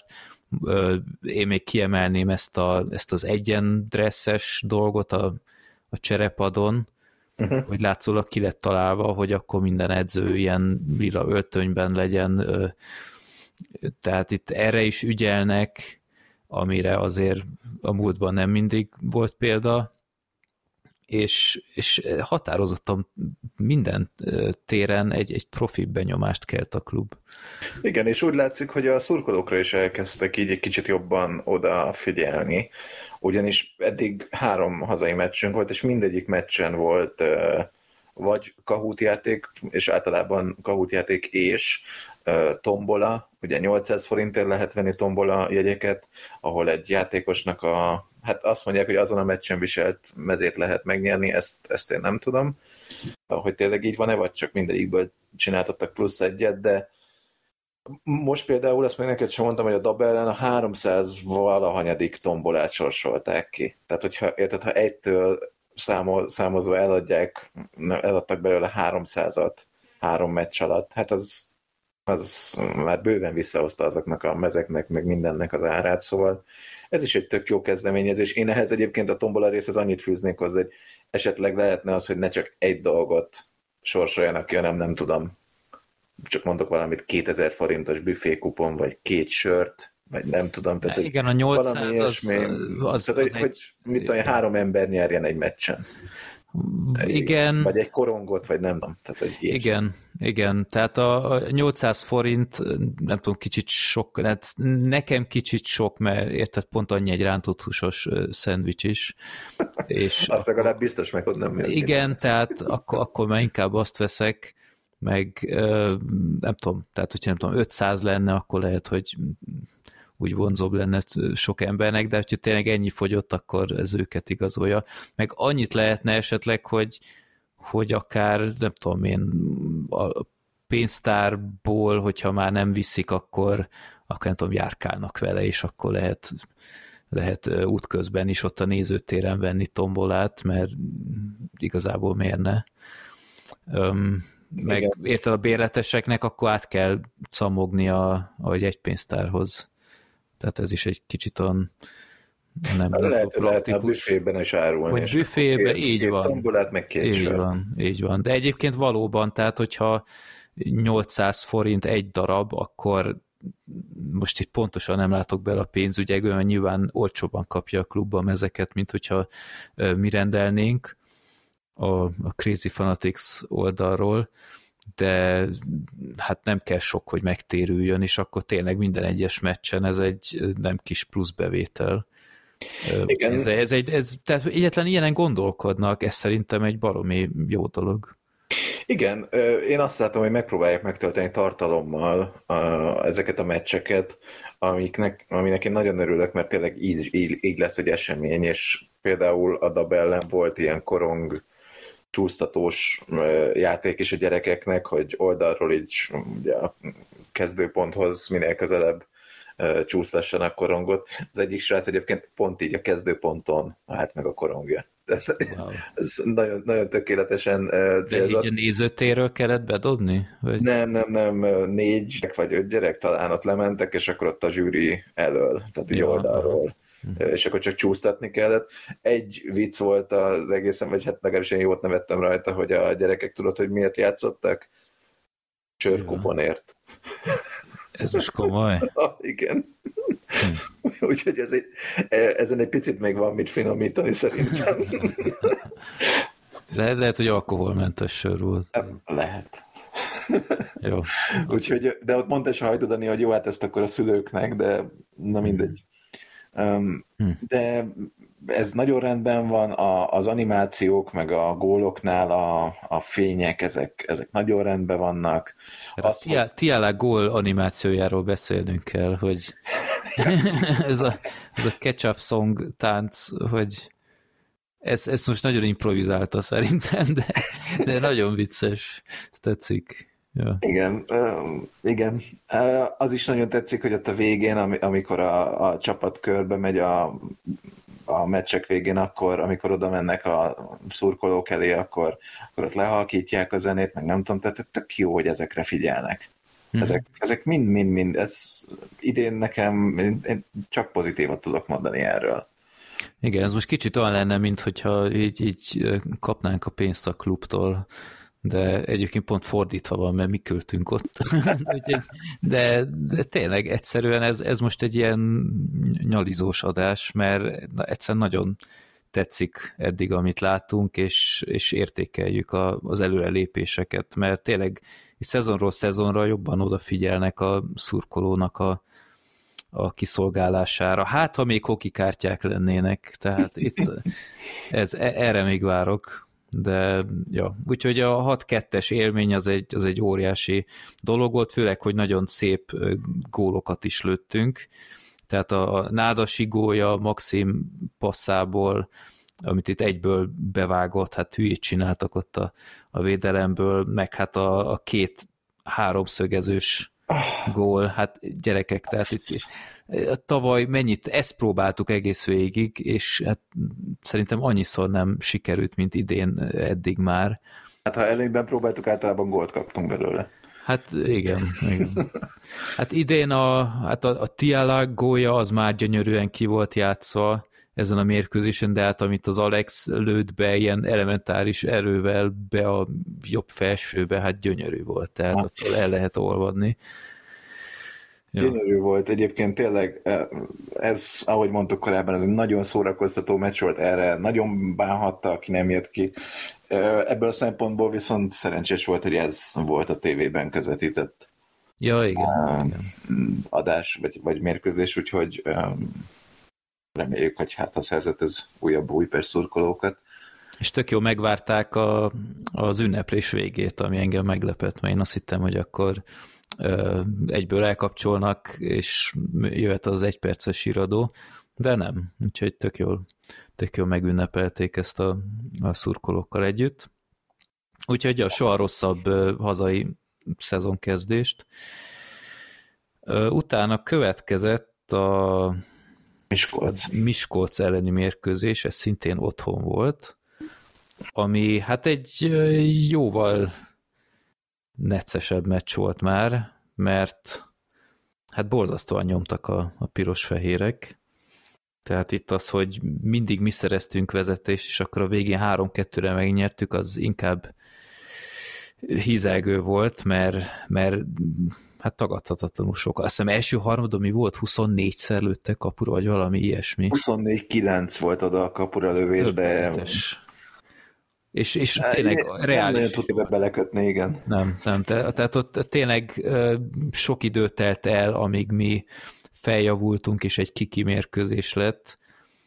én még kiemelném ezt, a, ezt az egyen-dresszes dolgot a, a cserepadon, uh-huh. hogy látszólag ki lett találva, hogy akkor minden edző ilyen lila öltönyben legyen. Tehát itt erre is ügyelnek, amire azért a múltban nem mindig volt példa, és, és határozottan minden téren egy, egy profi benyomást kelt a klub. Igen, és úgy látszik, hogy a szurkolókra is elkezdtek így egy kicsit jobban odafigyelni, ugyanis eddig három hazai meccsünk volt, és mindegyik meccsen volt vagy Kahoot játék, és általában Kahoot játék és tombola, ugye nyolcszáz forintért lehet venni tombola jegyeket, ahol egy játékosnak a, hát azt mondják, hogy azon a meccsen viselt mezét lehet megnyerni, ezt, ezt én nem tudom, hogy tényleg így van-e, vagy csak mindegyikből csináltattak plusz egyet, de most például azt még neked sem mondtam, hogy a Dabellen a háromszáz valahanyadik tombolát sorsolták ki. Tehát, hogyha érted, ha egytől számol, számozva eladják, eladtak belőle háromszázat három meccs alatt, hát az, az már bőven visszahozta azoknak a mezeknek, meg mindennek az árát, szóval ez is egy tök jó kezdeményezés. Én ehhez egyébként a tombola részhez annyit fűznék hozzá, hogy esetleg lehetne az, hogy ne csak egy dolgot sorsoljanak ki, hanem nem tudom, csak mondok valamit, kétezer forintos büfékupon, vagy két sört, vagy nem tudom. Tehát, igen, a nyolcszáz az, az, tehát, az hogy, egy... hogy mit tudom, három ember nyerjen egy meccsen. Igen. Vagy egy korongot, vagy nem tudom. Tehát, hogy igen, igen. Tehát a nyolcszáz forint, nem tudom, kicsit sok, hát nekem kicsit sok, mert érted, pont annyi egy rántott húsos szendvics is. És azt legalább akkor, biztos meg ott nem jön. Igen, tehát akkor, akkor már inkább azt veszek, meg nem tudom, tehát hogyha nem tudom, ötszáz lenne, akkor lehet, hogy úgy vonzóbb lenne sok embernek, de hogyha tényleg ennyi fogyott, akkor ez őket igazolja. Meg annyit lehetne esetleg, hogy, hogy akár, nem tudom én, a pénztárból, hogyha már nem viszik, akkor, akkor nem tudom, járkálnak vele, és akkor lehet, lehet útközben is ott a nézőtéren venni tombolát, mert igazából miért ne? Um, meg igen. Érted, a bérleteseknek akkor át kell camogni a, ahogy egy pénztárhoz. Tehát ez is egy kicsit olyan nem lehet, lehet a büfében is árulni. Vagy büfében, így két van. Tombolát, meg két így sört. van, így van. De egyébként valóban, tehát hogyha nyolcszáz forint egy darab, akkor most itt pontosan nem látok bele a pénzügyekből, mert nyilván olcsóban kapja a klubban ezeket, mint hogyha mi rendelnénk a, a Crazy Fanatics oldalról, de hát nem kell sok, hogy megtérüljön, és akkor tényleg minden egyes meccsen ez egy nem kis plusz bevétel. Igen. Ez, ez egy, ez, tehát egyetlen ilyenen gondolkodnak, ez szerintem egy baromi jó dolog. Igen, én azt látom, hogy megpróbálják megtölteni tartalommal ezeket a meccseket, amiknek, aminek én nagyon örülök, mert tényleg így, így, így lesz egy esemény, és például a dab ellen volt ilyen korong csúsztatós játék is a gyerekeknek, hogy oldalról így ugye, a kezdőponthoz minél közelebb csúsztassanak korongot. Az egyik srác egyébként pont így a kezdőponton állt meg a korongja. Wow. Ez nagyon, nagyon tökéletesen célzott. De így a nézőtérről kellett bedobni? Vagy? Nem, nem, nem, négy vagy öt gyerek talán ott lementek, és akkor ott a zsűri elől, tehát így oldalról. és akkor csak csúsztatni kellett. Egy vicc volt az egészen, vagy hát legalábbis én jót nevettem rajta, hogy a gyerekek tudod, hogy miért játszottak? Csőrkuponért. Ez most komoly? Ah, igen. Hm. Úgyhogy ez egy, ezen egy picit még van mit finomítani szerintem. Le- lehet, hogy alkoholmentes sör volt. Lehet. Jó. Úgyhogy, de ott mondta is a Hajdudani, hogy jó, hát ezt akkor a szülőknek, de na mindegy. Um, hm. De ez nagyon rendben van, a, az animációk, meg a góloknál a, a fények, ezek, ezek nagyon rendben vannak. Az, a Tiala gól animációjáról beszélnünk kell, hogy ez, a, ez a ketchup song tánc, hogy ez, ez most nagyon improvizálta szerintem, de, de nagyon vicces, ez tetszik. Ja. Igen, uh, igen. Uh, az is nagyon tetszik, hogy ott a végén, am- amikor a, a csapat körbe megy a, a meccsek végén, akkor, amikor oda mennek a szurkolók elé, akkor, akkor ott lehalkítják a zenét, meg nem tudom, tehát tök jó, hogy ezekre figyelnek. Hmm. Ezek, ezek mind, mind, mind, ez idén nekem, én, én csak pozitívat tudok mondani erről. Igen, ez most kicsit olyan lenne, mint hogyha így, így kapnánk a pénzt a klubtól, de egyébként pont fordítva van, mert mi költünk ott. de, de tényleg egyszerűen ez, ez most egy ilyen nyalizós adás, mert na, egyszerűen nagyon tetszik eddig, amit látunk, és, és értékeljük a, az előrelépéseket, mert tényleg szezonról szezonra jobban odafigyelnek a szurkolónak a, a kiszolgálására. Hát, ha még hokikártyák lennének, tehát itt ez, erre még várok. De, ja, úgyhogy a hat kettes élmény az egy, az egy óriási dolog volt, főleg, hogy nagyon szép gólokat is lőttünk. Tehát a Nádasi gólja Maxim passzából, amit itt egyből bevágott, hát hülyét csináltak ott a, a védelemből, meg hát a, a két háromszögezős gól, hát gyerekek, tehát itt tavaly mennyit, ezt próbáltuk egész végig, és hát szerintem annyiszor nem sikerült, mint idén eddig már. Hát ha elégben próbáltuk, általában gólt kaptunk belőle. Hát igen, igen. Hát idén a, hát a, a Tiala gólja az már gyönyörűen ki volt játszva ezen a mérkőzésen, de hát amit az Alex lőtt be ilyen elementáris erővel be a jobb felsőbe, hát gyönyörű volt, tehát hát. Attól el lehet olvadni. Ja. Gyönyörű volt. Egyébként tényleg ez, ahogy mondtuk korábban, ez egy nagyon szórakoztató meccs volt erre, nagyon bánhatta, aki nem jött ki. Ebből a szempontból viszont szerencsés volt, hogy ez volt a tévében közvetített ja, igen. adás, vagy, vagy mérkőzés, úgyhogy reméljük, hogy hát ha szerzett ez újabb Újpest szurkolókat. És tök jó megvárták a, az ünneplés végét, ami engem meglepett, mert én azt hittem, hogy akkor egyből elkapcsolnak, és jöhet az egyperces iradó, de nem. Úgyhogy tök jól, tök jól megünnepelték ezt a, a szurkolókkal együtt. Úgyhogy a soha rosszabb hazai szezonkezdést. Utána következett a Miskolc. Miskolc elleni mérkőzés, ez szintén otthon volt, ami hát egy jóval neccesebb meccs volt már, mert hát borzasztóan nyomtak a, a piros-fehérek. Tehát itt az, hogy mindig mi szereztünk vezetést, és akkor a végén három kettőre megnyertük, az inkább hízelgő volt, mert, mert hát tagadhatatlanul sok. Azt hiszem első harmadon mi volt? huszonnégyszer lőttek kapura, vagy valami ilyesmi. huszonnégy kilenc volt oda a kapura lövés, de... És, és tényleg nem reális. Nem tudja belekötni, igen. Nem, nem. Te, tehát ott tényleg sok idő telt el, amíg mi feljavultunk, és egy kiki mérkőzés lett.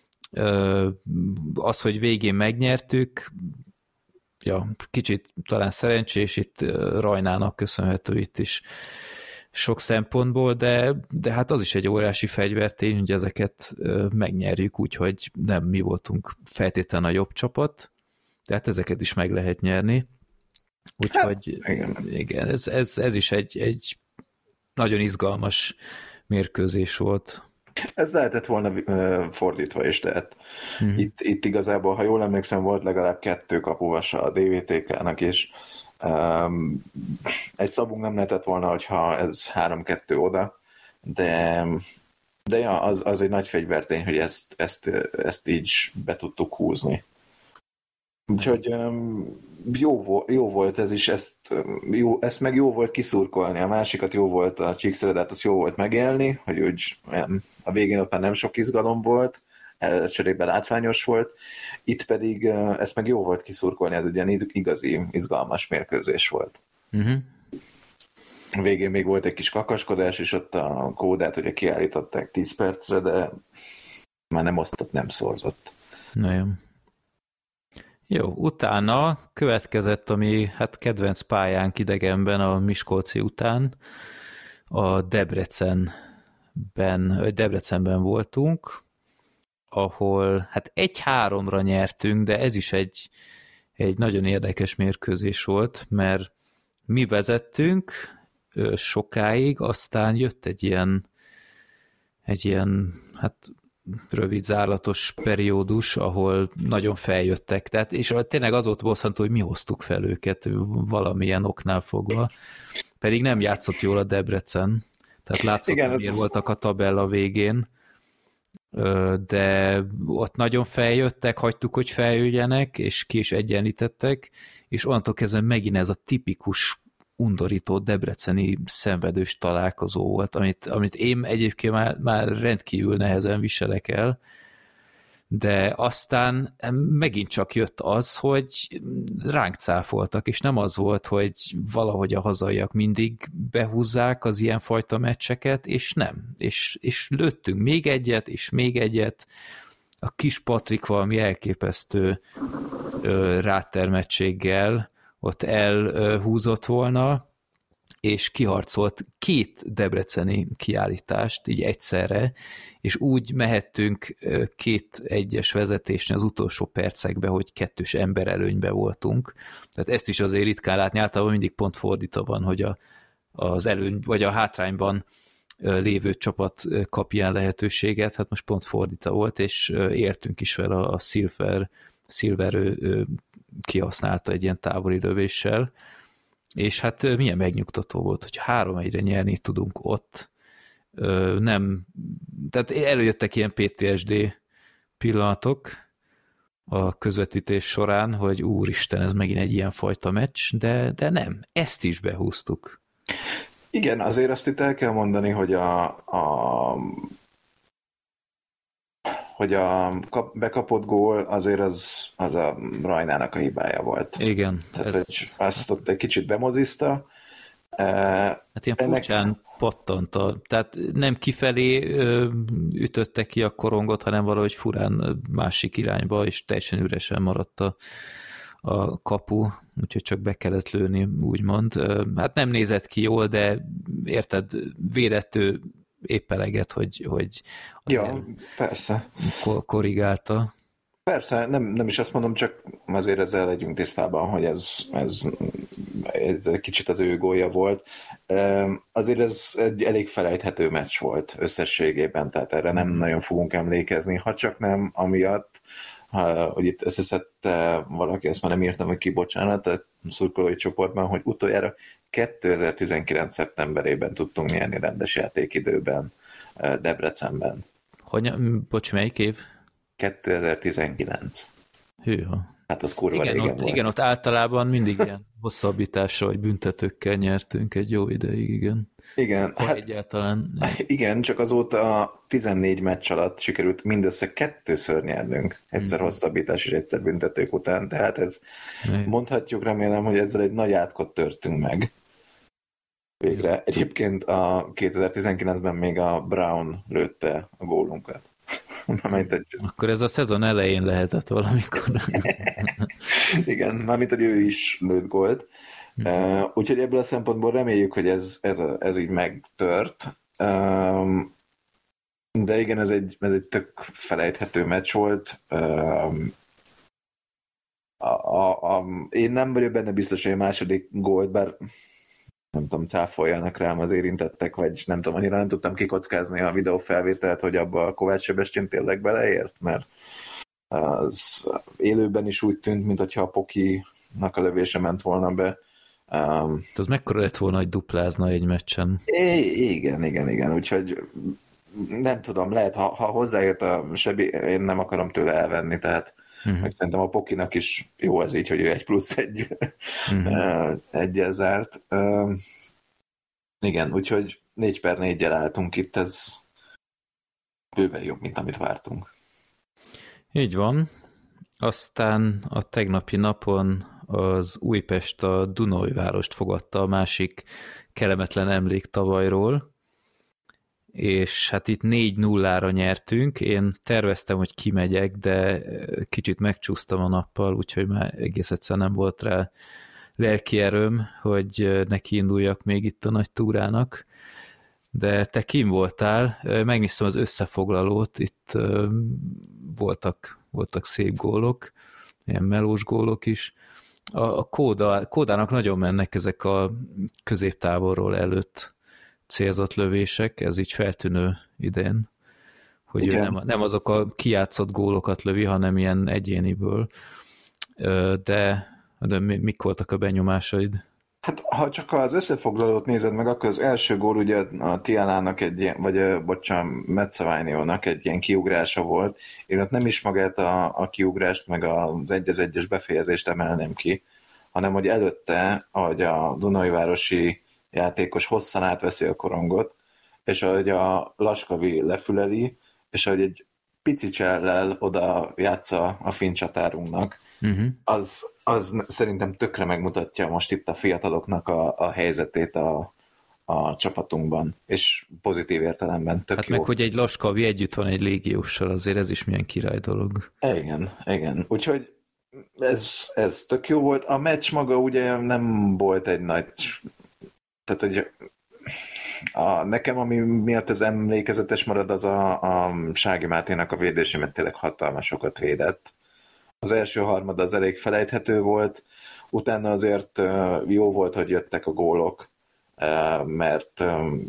Az, hogy végén megnyertük, ja, kicsit talán szerencsés, itt Rajnának köszönhető itt is sok szempontból, de, de hát az is egy óriási fegyvertény, hogy ezeket megnyerjük, úgyhogy nem mi voltunk feltétlenül a jobb csapat, tehát ezeket is meg lehet nyerni. Úgyhogy hát, igen, igen ez, ez, ez is egy, egy nagyon izgalmas mérkőzés volt. Ez lehetett volna fordítva is, tehát hmm. itt, itt igazából, ha jól emlékszem, volt legalább kettő kapuvasa a dé vé té ká-nak is. Um, egy szabunk nem lehetett volna, hogyha ez három kettő oda, de De ja, az, az egy nagy fegyvertény, hogy ezt, ezt, ezt így be tudtuk húzni. Úgyhogy jó, vo- jó volt ez is, ezt, jó, ezt meg jó volt kiszurkolni, a másikat jó volt a Csíkszeredát, azt jó volt megélni, hogy úgy a végén ott már nem sok izgalom volt, cserébe látványos volt, itt pedig ezt meg jó volt kiszurkolni, ez ugye igazi izgalmas mérkőzés volt. Uh-huh. A végén még volt egy kis kakaskodás, és ott a kódát ugye kiállították tíz percre, de már nem osztott, nem szorzott. Nagyon. Jó, utána következett, ami hát kedvenc pályánk idegenben a Miskolci után, a Debrecenben, Debrecenben voltunk, ahol hát egy-háromra nyertünk, de ez is egy, egy nagyon érdekes mérkőzés volt, mert mi vezettünk sokáig, aztán jött egy ilyen, egy ilyen, hát rövid zárlatos periódus, ahol nagyon feljöttek, tehát, és tényleg az volt bosszantó, hogy mi hoztuk fel őket valamilyen oknál fogva, pedig nem játszott jól a Debrecen, tehát látszott, igen, hogy miért az... voltak a tabella végén, de ott nagyon feljöttek, hagytuk, hogy feljöjjenek, és ki is egyenlítettek, és onnantól kezdve megint ez a tipikus undorító debreceni szenvedős találkozó volt, amit, amit én egyébként már, már rendkívül nehezen viselek el, de aztán megint csak jött az, hogy ránk cáfoltak, és nem az volt, hogy valahogy a hazaiak mindig behúzzák az ilyenfajta meccseket, és nem. És, és lőttünk még egyet, és még egyet. A kis Patrik valami elképesztő ö, rátermettséggel ott elhúzott volna, és kiharcolt két debreceni kiállítást, így egyszerre, és úgy mehettünk két egyes vezetésnél az utolsó percekbe, hogy kettős emberelőnybe voltunk. Tehát ezt is azért ritkán látni, általában mindig pont fordítva van, hogy a, az előny, vagy a hátrányban lévő csapat kap ilyen lehetőséget, hát most pont fordítva volt, és éltünk is vele, a Silver, Silver ő, kihasználta egy ilyen távoli lövéssel, és hát milyen megnyugtató volt, hogy három egyre nyerni tudunk ott. Nem, tehát előjöttek ilyen pé té es dé pillanatok a közvetítés során, hogy úristen, ez megint egy ilyen fajta meccs, de, de nem, ezt is behúztuk. Igen, azért azt itt el kell mondani, hogy a, a hogy a kap, bekapott gól azért az, az a Rajnának a hibája volt. Igen. Tehát ez... azt ott egy kicsit bemozizta. Hát ilyen ennek... furcsán pattant. A, tehát nem kifelé ö, ütötte ki a korongot, hanem valahogy furán másik irányba, és teljesen üresen maradt a, a kapu, úgyhogy csak be kellett lőni, úgymond. Hát nem nézett ki jól, de érted, védett ő épp eleget, hogy, hogy ja, persze. korrigálta. Persze, nem, nem is azt mondom, csak azért ezzel legyünk tisztában, hogy ez, ez, ez kicsit az ő gólja volt. Azért ez egy elég felejthető meccs volt összességében, tehát erre nem nagyon fogunk emlékezni, ha csak nem amiatt, hogy itt összeszedte valaki, ezt már nem írtam, hogy ki, bocsánat, a szurkolói csoportban, hogy utoljára kétezer-tizenkilenc. szeptemberében tudtunk nyerni rendes játékidőben Debrecenben. Hogy, bocs, melyik év? kétezer-tizenkilenc. Hűha. Hát az kurva igen, régen ott, volt. Igen, ott általában mindig ilyen hosszabbításra vagy büntetőkkel nyertünk egy jó ideig, igen. Igen, hát, egyáltalán. Igen, csak azóta a tizennégy meccs alatt sikerült mindössze kettőször nyernünk. Egyszer mm. hosszabbítás és egyszer büntetők után, tehát ez mm. mondhatjuk, remélem, hogy ezzel egy nagy átkot törtünk meg. Végre. Jó. Egyébként a kétezer-tizenkilencben még a Brown lőtte a gólunkat. Akkor ez a szezon elején lehetett valamikor. Igen, mármint, hogy ő is lőtt gólt. Mm. Uh, úgyhogy ebből a szempontból reméljük, hogy ez, ez, a, ez így megtört. Um, de igen, ez egy, ez egy tök felejthető meccs volt. Um, a, a, a, én nem vagyok benne biztos, hogy a második gólt, bár nem tudom, cáfoljanak rám az érintettek, vagy nem tudom, annyira nem tudtam kikockázni a videófelvételt, hogy abba a Kovács Sebestyén tényleg beleért, mert az élőben is úgy tűnt, mintha a Pokinak a lövése ment volna be. Um, az mekkora lett volna, hogy duplázna egy meccsen? É, igen, igen, igen, úgyhogy nem tudom, lehet, ha, ha hozzáért a Sebi, én nem akarom tőle elvenni, tehát uh-huh. meg szerintem a Pokinak is jó ez így, hogy ő egy plusz egy uh-huh. egyel zárt. Uh, igen, úgyhogy négy per négyel álltunk itt, ez bőven jobb, mint amit vártunk. Így van. Aztán a tegnapi napon az Újpest a Dunaújvárost fogadta, a másik kellemetlen emlék tavalyról, és hát itt négy nullára nyertünk. Én terveztem, hogy kimegyek, de kicsit megcsúsztam a nappal, úgyhogy már egész egyszerűen nem volt rá lelki erőm, hogy neki induljak még itt a nagy túrának. De te kim voltál, megnéztem az összefoglalót, itt voltak, voltak szép gólok, ilyen melós gólok is. A, a kóda, kódának nagyon mennek ezek a középtávolról előtt célzott lövések, ez így feltűnő idén, hogy ő nem, nem azok a kijátszott gólokat lövi, hanem ilyen egyéniből. De, de mik voltak a benyomásaid? Hát, ha csak az összefoglalót nézed meg, akkor az első gól ugye a Tialának egy ilyen, vagy bocsánat, Metszaványónak egy ilyen kiugrása volt. Én ott nem is magát a, a kiugrást, meg az egy az egyes befejezést emelném ki, hanem hogy előtte, ahogy a Dunaújvárosi játékos hosszan átveszi a korongot, és ahogy a Laskavi lefüleli, és ahogy egy pici csellel oda játsza a finn csatárunknak, uh-huh. az, az szerintem tökre megmutatja most itt a fiataloknak a, a helyzetét a, a csapatunkban, és pozitív értelemben tök hát jó. meg, hogy egy Laskavi együtt van egy légióssal, azért ez is milyen király dolog. Igen, igen. Úgyhogy ez, ez tök jó volt. A meccs maga ugye nem volt egy nagy... Tehát, hogy a, nekem, ami miatt ez emlékezetes marad, az a, a Sági Máténak a védése, mert tényleg hatalmasokat védett. Az első harmad az elég felejthető volt, utána azért jó volt, hogy jöttek a gólok, mert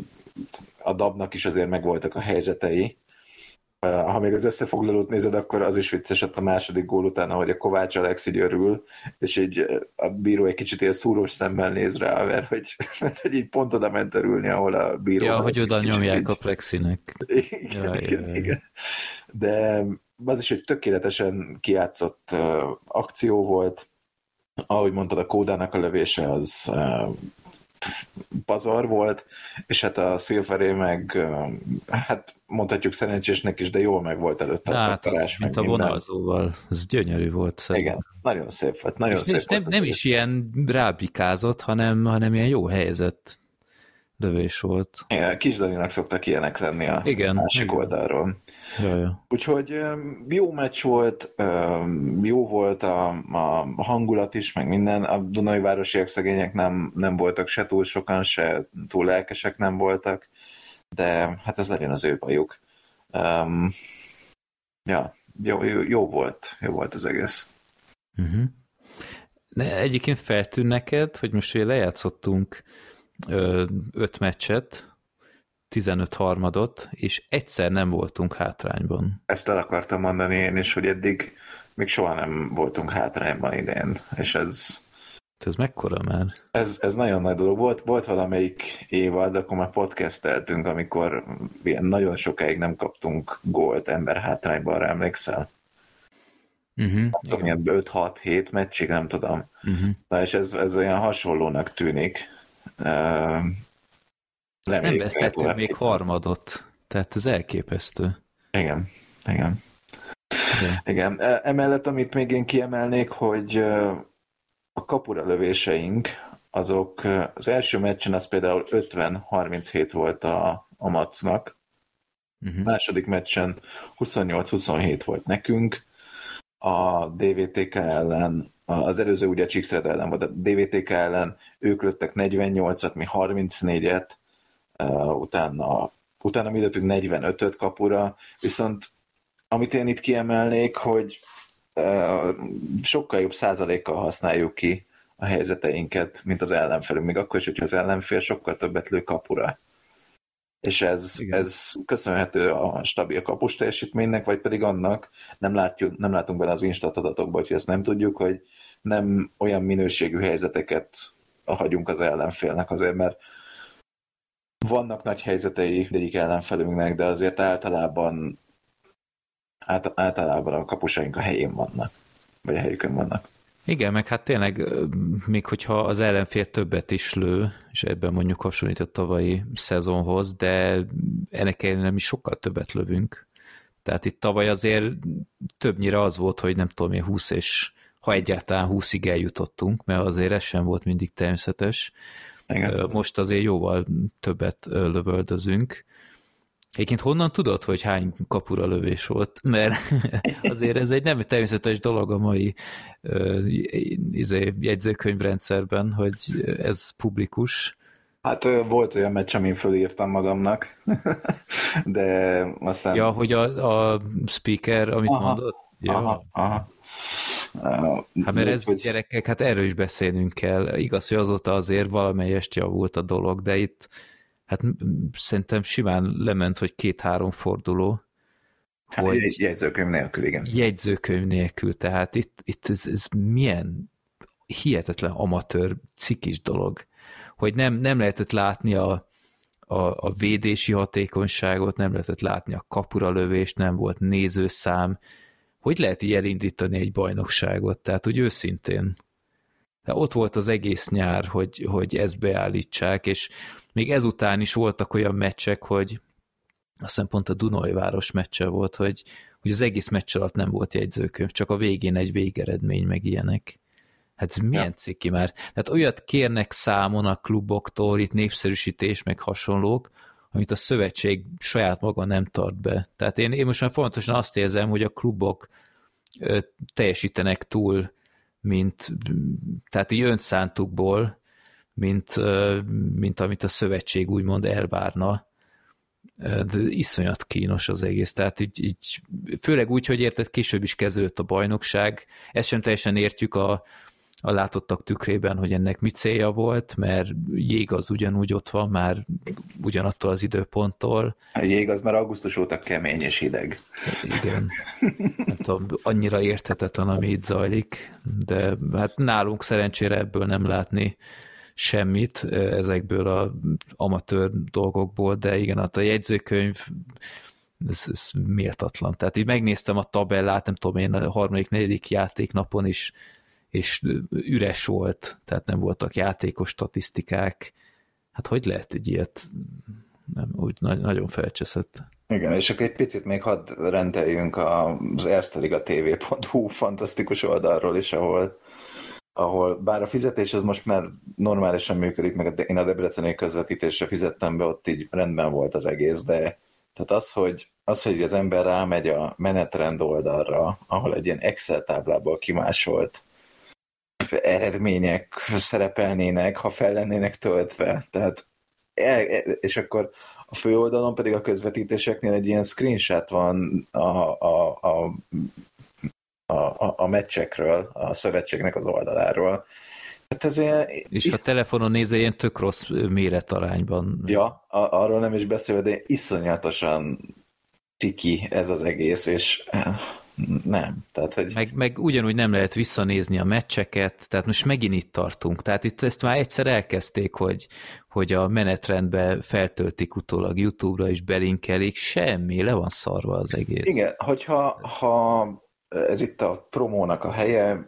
a Dabnak is azért megvoltak a helyzetei. Ha még az összefoglalót nézed, akkor az is vicces, a második gól után, ahogy a Kovács Alex így örül, és így a bíró egy kicsit ilyen szúrós szemmel néz rá, mert hogy, mert hogy így pont oda ment örülni, ahol a bíró... Ja, hogy oda nyomják így... a plexinek. Igen, ja, igen, ja, igen. De az is egy tökéletesen kijátszott uh, akció volt. Ahogy mondtad, a Kódának a lövése az uh, pazar volt, és hát a Silveré meg uh, hát mondhatjuk szerencsésnek is, de jól meg volt előtte a takarás. Mint a vonalzóval, ez gyönyörű volt. Szerintem. Igen, nagyon szép volt. Nagyon és szép nem, volt nem is ilyen rábikázott, hanem, hanem ilyen jó helyzet lövés volt. Igen, Kis Daninak szoktak ilyenek lenni a igen, másik igen. oldalról. Jaj. Úgyhogy jó meccs volt, jó volt a, a hangulat is, meg minden. A Dunaújvárosiak szegények nem, nem voltak se túl sokan, se túl lelkesek nem voltak, de hát ez legyen az ő bajuk. Um, ja, jó, jó, jó volt, jó volt az egész. Uh-huh. De egyébként feltűn neked, hogy most ugye lejátszottunk ö, öt meccset, tizenöt harmadot, és egyszer nem voltunk hátrányban. Ezt el akartam mondani én is, hogy eddig még soha nem voltunk hátrányban idén, és ez... Ez mekkora már? Ez, ez nagyon nagy dolog. Volt, volt valamelyik évad, akkor már podcasteltünk, amikor ilyen nagyon sokáig nem kaptunk gólt ember hátrányban, arra emlékszel? Uh-huh, tudom, ilyen öt hat hét meccsig, nem tudom. Uh-huh. Na és ez, ez olyan hasonlónak tűnik. Uh, nem vesztettünk még harmadot, tehát ez elképesztő. Igen, igen. De. Igen. Emellett, amit még én kiemelnék, hogy a kapura lövéseink, azok az első meccsen az például ötven harminchét volt a, a Macnak, uh-huh. második meccsen huszonnyolc huszonhét volt nekünk, a dé vé té ká ellen, az előző ugye Csíkszred ellen volt, a dé vé té ká ellen ők lőttek negyvennyolcat, mi harmincnégyet, uh, utána, utána mi lőttünk negyvenötöt kapura, viszont amit én itt kiemelnék, hogy uh, sokkal jobb százalékkal használjuk ki a helyzeteinket, mint az ellenfelünk, még akkor is, hogyha az ellenfél sokkal többet lő kapura. És ez, ez köszönhető a stabil kapus teljesítménynek, vagy pedig annak, nem, látjuk, nem látunk bele az instat adatokba, hogy ezt nem tudjuk, hogy nem olyan minőségű helyzeteket hagyunk az ellenfélnek azért, mert vannak nagy helyzetei egyik ellenfelünknek, de azért általában át, általában a kapusaink a helyén vannak, vagy a helyükön vannak. Igen, meg hát tényleg, még hogyha az ellenfél többet is lő, és ebben mondjuk hasonlít a tavalyi szezonhoz, de ennek ellenére mi sokkal többet lövünk. Tehát itt tavaly azért többnyire az volt, hogy nem tudom én, húsz és ha egyáltalán húszig eljutottunk, mert azért ez sem volt mindig természetes. Igen. Most azért jóval többet lövöldözünk. Egyébként honnan tudod, hogy hány kapura lövés volt? Mert azért ez egy nem természetes dolog a mai uh, izé, jegyzőkönyvrendszerben, hogy ez publikus. Hát volt olyan meccs, amin fölírtam magamnak, de aztán... Ja, hogy a, a speaker, amit aha, mondott? Ja. Aha, aha. Uh, hát mert ez, hogy... gyerekek, hát erről is beszélnünk kell. Igaz, hogy azóta azért valamelyest javult a dolog, de itt hát szerintem simán lement, hogy két-három forduló. Hát hogy egy jegyzőkönyv nélkül, igen. Jegyzőkönyv nélkül, tehát itt, itt ez, ez milyen hihetetlen amatőr, cikis dolog, hogy nem, nem lehetett látni a, a, a védési hatékonyságot, nem lehetett látni a kapuralövést, nem volt nézőszám. Hogy lehet így elindítani egy bajnokságot? Tehát, hogy őszintén. De ott volt az egész nyár, hogy, hogy ezt beállítsák, és még ezután is voltak olyan meccsek, hogy azt hiszem pont a Dunajváros meccse volt, hogy, hogy az egész meccs alatt nem volt jegyzőkönyv, csak a végén egy végeredmény, meg ilyenek. Hát milyen ja. ciki már. Tehát olyat kérnek számon a kluboktól, itt népszerűsítés, meg hasonlók, amit a szövetség saját maga nem tart be. Tehát én, én most már fontosan azt érzem, hogy a klubok ö, teljesítenek túl, mint, tehát így önszántukból, mint, ö, mint amit a szövetség úgymond elvárna. De iszonyat kínos az egész. Tehát így, így főleg úgy, hogy érted, később is kezdődött a bajnokság. Ezt sem teljesen értjük a a látottak tükrében, hogy ennek mi célja volt, mert jég az ugyanúgy ott van, már ugyanattól az időponttól. A jég az már augusztus óta kemény és hideg. Igen. Nem tudom, annyira érthetetlen, ami itt zajlik, de hát nálunk szerencsére ebből nem látni semmit, ezekből az amatőr dolgokból, de igen, hát a jegyzőkönyv ez, ez méltatlan. Tehát így megnéztem a tabellát, nem tudom én, a harmadik, negyedik játéknapon is és üres volt, tehát nem voltak játékos statisztikák. Hát hogy lehet egy ilyet? Nem, úgy nagyon felcseszett. Igen, és akkor egy picit még hadd rendeljünk az ersteligatv pont hu fantasztikus oldalról is, ahol, ahol bár a fizetés az most már normálisan működik, meg én a debreceni közvetítésre fizettem be, ott így rendben volt az egész, de tehát az, hogy az, hogy az ember rámegy a menetrend oldalra, ahol egy ilyen Excel táblából kimásolt eredmények szerepelnének, ha fel lennének töltve. Tehát, és akkor a főoldalon pedig a közvetítéseknél egy ilyen screenshot van a, a, a, a, a meccsekről, a szövetségnek az oldaláról. Hát ez ilyen, és isz... a telefonon nézve ilyen tök rossz méretarányban. Ja, a, arról nem is beszélve, de iszonyatosan ciki ez az egész, és nem. Tehát, hogy... meg, meg ugyanúgy nem lehet visszanézni a meccseket, tehát most megint itt tartunk. Tehát itt ezt már egyszer elkezdték, hogy, hogy a menetrendbe feltöltik utólag YouTube-ra és belinkelik, semmi, le van szarva az egész. Igen, hogyha ha ez itt a promónak a helye,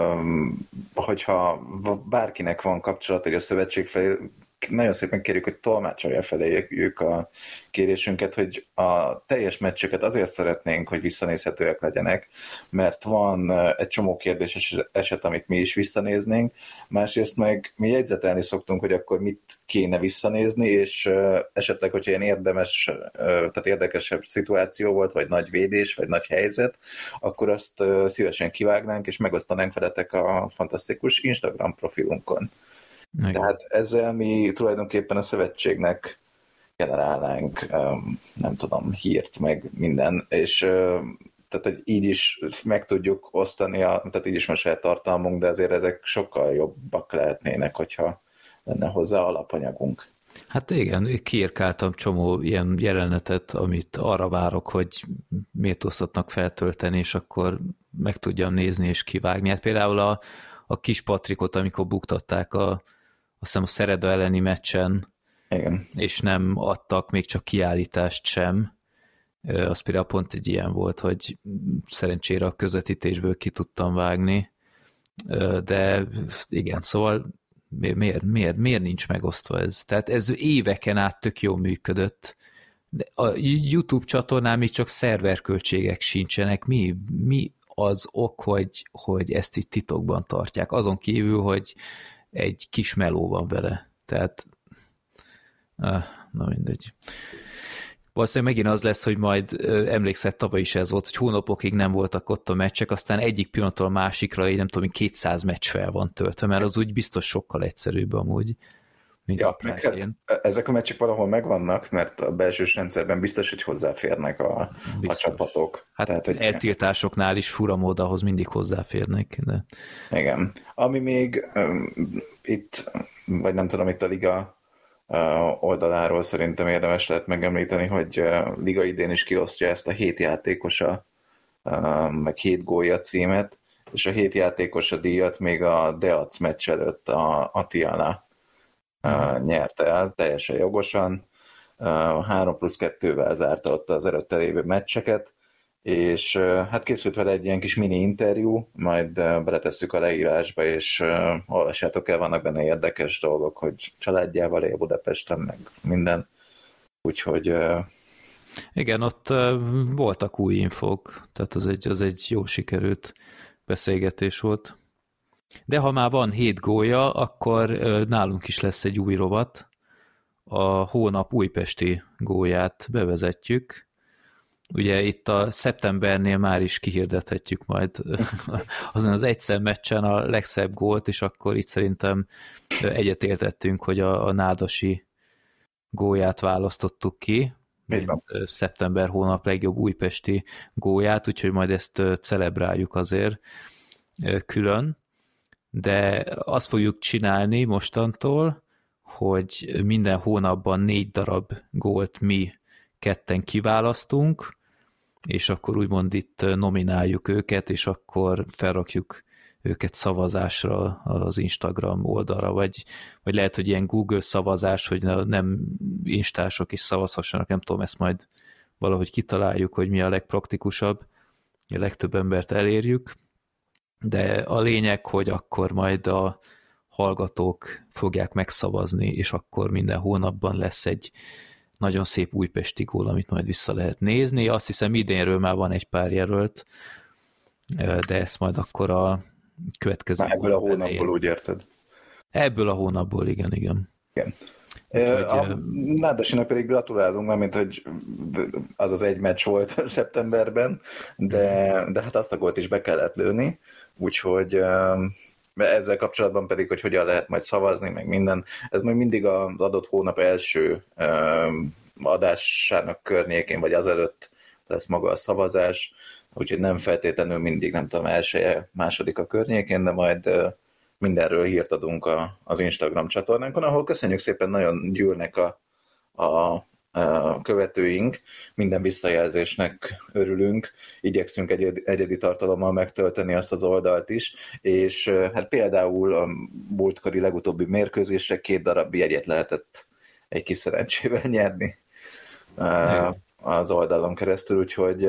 hogyha bárkinek van kapcsolat, hogy a szövetség felé, nagyon szépen kérjük, hogy tolmácsolja feléjük a kérésünket, hogy a teljes meccseket azért szeretnénk, hogy visszanézhetőek legyenek, mert van egy csomó kérdéses eset, amit mi is visszanéznénk, másrészt meg mi jegyzetelni szoktunk, hogy akkor mit kéne visszanézni, és esetleg, hogyha ilyen érdemes, tehát érdekesebb szituáció volt, vagy nagy védés, vagy nagy helyzet, akkor azt szívesen kivágnánk, és megosztanánk veletek a fantasztikus Instagram profilunkon. Igen. Tehát ezzel mi tulajdonképpen a szövetségnek generálnánk, nem tudom, hírt, meg minden, és tehát így is meg tudjuk osztani, a, tehát így is van saját tartalmunk, de azért ezek sokkal jobbak lehetnének, hogyha lenne hozzá alapanyagunk. Hát igen, kiírkáltam csomó ilyen jelenetet, amit arra várok, hogy miért osztatnak feltölteni, és akkor meg tudjam nézni és kivágni. Hát például a, a kis Patrikot, amikor buktatták a azt hiszem a Szereda elleni meccsen, Igen. És nem adtak még csak kiállítást sem. Az például pont egy ilyen volt, hogy szerencsére a közvetítésből ki tudtam vágni, de igen, szóval miért, miért, miért nincs megosztva ez? Tehát ez éveken át tök jól működött. De a YouTube csatornán még csak szerverköltségek sincsenek. Mi, mi az ok, hogy, hogy ezt itt titokban tartják? Azon kívül, hogy egy kis meló van vele. Tehát na mindegy. Valószínűleg megint az lesz, hogy majd emlékszel, tavaly is ez volt, hogy hónapokig nem voltak ott a meccsek, aztán egyik pillanatról a másikra, így nem tudom, kétszáz meccs fel van töltve, mert az úgy biztos sokkal egyszerűbb amúgy, mint ja, a meg hát ezek a meccsek valahol megvannak, mert a belsős rendszerben biztos, hogy hozzáférnek a, a csapatok. Hát Tehát, hogy eltiltásoknál is fura mód, ahhoz mindig hozzáférnek. De... Igen. Ami még um, itt, vagy nem tudom, itt a liga oldaláról szerintem érdemes lehet megemlíteni, hogy liga idén is kiosztja ezt a hét játékosa, meg hét gólja címet, és a hét játékosa díjat még a Deac meccs előtt a Atiana hmm. nyerte el, teljesen jogosan. három plusz kettővel zárta ott az előtte lévő meccseket, és hát készült vele egy ilyen kis mini interjú, majd beletesszük a leírásba, és olvassátok el, vannak benne érdekes dolgok, hogy családjával él Budapesten, meg minden. Úgyhogy... Igen, ott voltak új infók, tehát az egy, az egy jó sikerült beszélgetés volt. De ha már van hét gólja, akkor nálunk is lesz egy új rovat. A hónap újpesti gólját bevezetjük. Ugye itt a szeptembernél már is kihirdethetjük majd azon az egyszer meccsen a legszebb gólt, és akkor itt szerintem egyetértettünk, hogy a, a nádasi gólját választottuk ki, mint szeptember hónap legjobb újpesti gólját, úgyhogy majd ezt celebráljuk azért külön, de azt fogjuk csinálni mostantól, hogy minden hónapban négy darab gólt mi ketten kiválasztunk, és akkor úgymond itt nomináljuk őket, és akkor felrakjuk őket szavazásra az Instagram oldalra, vagy, vagy lehet, hogy ilyen Google szavazás, hogy nem instások is szavazhassanak, nem tudom, ezt majd valahogy kitaláljuk, hogy mi a legpraktikusabb, a legtöbb embert elérjük, de a lényeg, hogy akkor majd a hallgatók fogják megszavazni, és akkor minden hónapban lesz egy nagyon szép újpesti gól, amit majd vissza lehet nézni. Azt hiszem idénről már van egy pár jelölt, de ezt majd akkor a következő... Már ebből a hónapból elején. Úgy érted? Ebből a hónapból, igen, igen. Igen. Úgyhogy, a Nádasinak pedig gratulálunk, mert mint hogy az az egy meccs volt szeptemberben, de, de hát azt a gólt is be kellett lőni, úgyhogy ezzel kapcsolatban pedig, hogy hogyan lehet majd szavazni, meg minden. Ez majd mindig az adott hónap első adásának környékén, vagy azelőtt lesz maga a szavazás, úgyhogy nem feltétlenül mindig, nem tudom, elsője, második a környékén, de majd mindenről hírt adunk a, az Instagram csatornánkon, ahol köszönjük szépen, nagyon gyűlnek a, a követőink, minden visszajelzésnek örülünk, igyekszünk egyedi, egyedi tartalommal megtölteni azt az oldalt is, és hát például a múltkori legutóbbi mérkőzésre két darab jegyet lehetett egy kis szerencsével nyerni ja. az oldalon keresztül, úgyhogy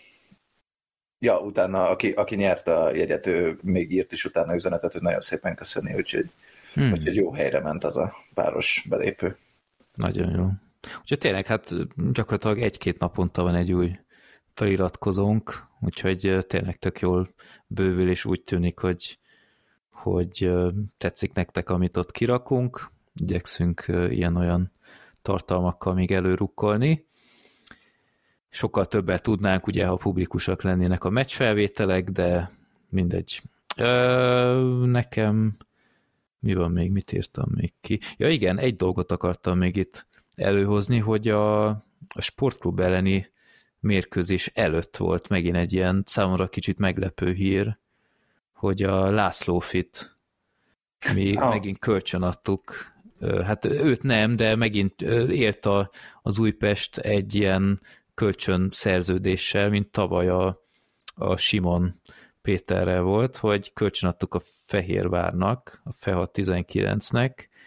ja, utána aki, aki nyerte a jegyet, ő még írt is utána üzenetet, hogy nagyon szépen köszöni, úgyhogy, hmm. úgyhogy jó helyre ment az a páros belépő. Nagyon jó. Úgyhogy tényleg, hát gyakorlatilag egy-két naponta van egy új feliratkozónk, úgyhogy tényleg tök jól bővül, és úgy tűnik, hogy, hogy tetszik nektek, amit ott kirakunk. Igyekszünk ilyen-olyan tartalmakkal még előrukkolni. Sokkal többet tudnánk, ugye, ha publikusak lennének a meccsfelvételek, de mindegy. Ö, nekem mi van még, mit írtam még ki? Ja igen, egy dolgot akartam még itt előhozni, hogy a, a sportklub elleni mérkőzés előtt volt megint egy ilyen számomra kicsit meglepő hír, hogy a László Fit mi oh. megint kölcsönadtuk. Hát őt nem, de megint élt a, az Újpest egy ilyen kölcsön szerződéssel, mint tavaly a, a Simon Péterrel volt, hogy kölcsönadtuk a Fehérvárnak, a Feha tizenkilencnek,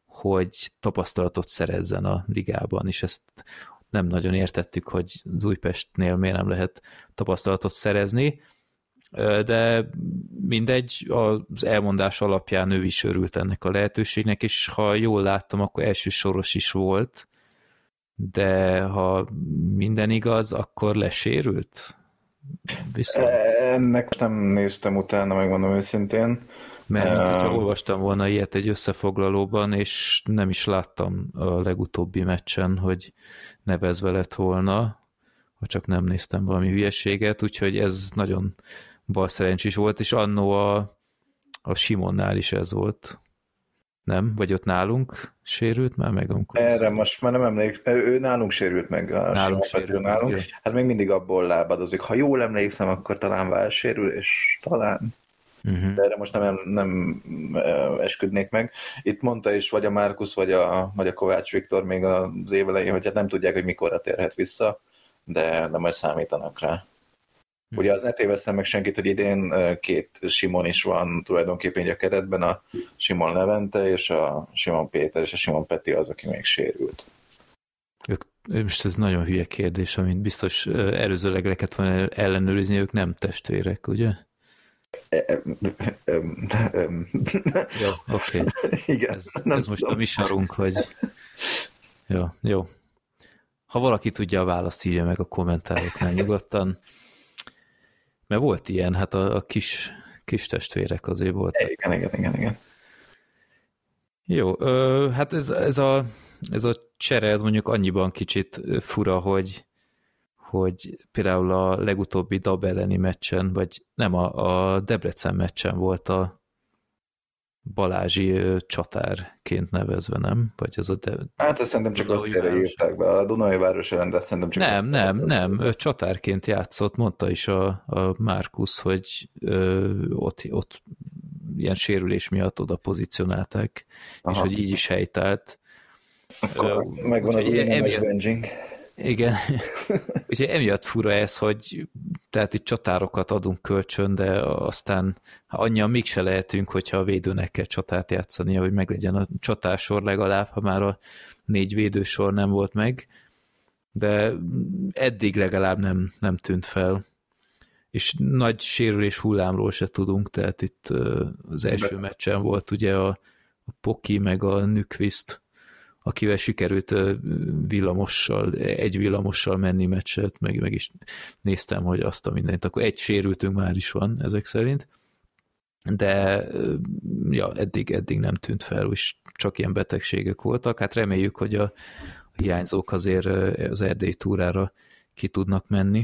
hogy tapasztalatot szerezzen a ligában, és ezt nem nagyon értettük, hogy az Újpestnél miért nem lehet tapasztalatot szerezni, de mindegy, az elmondás alapján ő is örült ennek a lehetőségnek, és ha jól láttam, akkor első soros is volt, de ha minden igaz, akkor lesérült? Viszont... Ennek nem néztem utána, megmondom őszintén. Mert mint hogyha olvastam volna ilyet egy összefoglalóban, és nem is láttam a legutóbbi meccsen, hogy nevezve lett volna, ha csak nem néztem valami hülyeséget, úgyhogy ez nagyon balszerencsés volt, és annó a, a Simonnál is ez volt. Nem? Vagy ott nálunk sérült már meg? Amikor Erre az... most már nem emlékszem, ő nálunk sérült meg. A nálunk sérült nálunk. Meg, hát még mindig abból lábadozik. Ha jól emlékszem, akkor talán válsérülés, talán. Uh-huh. De erre most nem, nem esküdnék meg. Itt mondta is, vagy a Márkusz, vagy a, vagy a Kovács Viktor még az év elején, hogy hát nem tudják, hogy mikorra térhet vissza, de, de majd számítanak rá. Uh-huh. Ugye az ne tévesztem meg senkit, hogy idén két Simon is van tulajdonképpen a keretben, a Simon Levente és a Simon Péter és a Simon Peti az, aki még sérült. Ők, most ez nagyon hülye kérdés, amit biztos előzőleg lehet volna ellenőrizni, ők nem testvérek, ugye? Jó, oké. Okay. Igen. Ez, ez most a mi sarunk, hogy... Jó, jó. Ha valaki tudja a választ, írja meg a kommentároknál nyugodtan. Mert volt ilyen, hát a, a kis, kis testvérek azért voltak. Igen, igen, igen, igen. Jó, ö, hát ez, ez, a, ez a csere, ez mondjuk annyiban kicsit fura, hogy hogy például a legutóbbi Dab elleni meccsen, vagy nem, a, a Debrecen meccsen volt a Balázsi ö, csatárként nevezve, nem? Vagy az a de... Hát ezt szerintem csak azt kérre írták be. A Dunai Város ellen, de szerintem csak... Nem, nem, nem. Ő csatárként játszott, mondta is a, a Márkusz, hogy ö, ott, ott ilyen sérülés miatt oda pozícionálták, aha, és hogy így is helytált. Akkor ö, megvan az új nemes benching. Igen, úgyhogy emiatt fura ez, hogy tehát itt csatárokat adunk kölcsön, de aztán annyian mégse lehetünk, hogyha a védőnek kell csatárt játszania, hogy meglegyen a csatársor legalább, ha már a négy védősor nem volt meg, de eddig legalább nem, nem tűnt fel. És nagy sérülés hullámról se tudunk, tehát itt az első meccsen volt ugye a, a Poki meg a Nykvist, akivel sikerült villamossal, egy villamossal menni meccset, meg, meg is néztem, hogy azt a mindent. Akkor egy sérültünk már is van ezek szerint, de ja, eddig, eddig nem tűnt fel, és csak ilyen betegségek voltak. Hát reméljük, hogy a hiányzók azért az erdélyi túrára ki tudnak menni.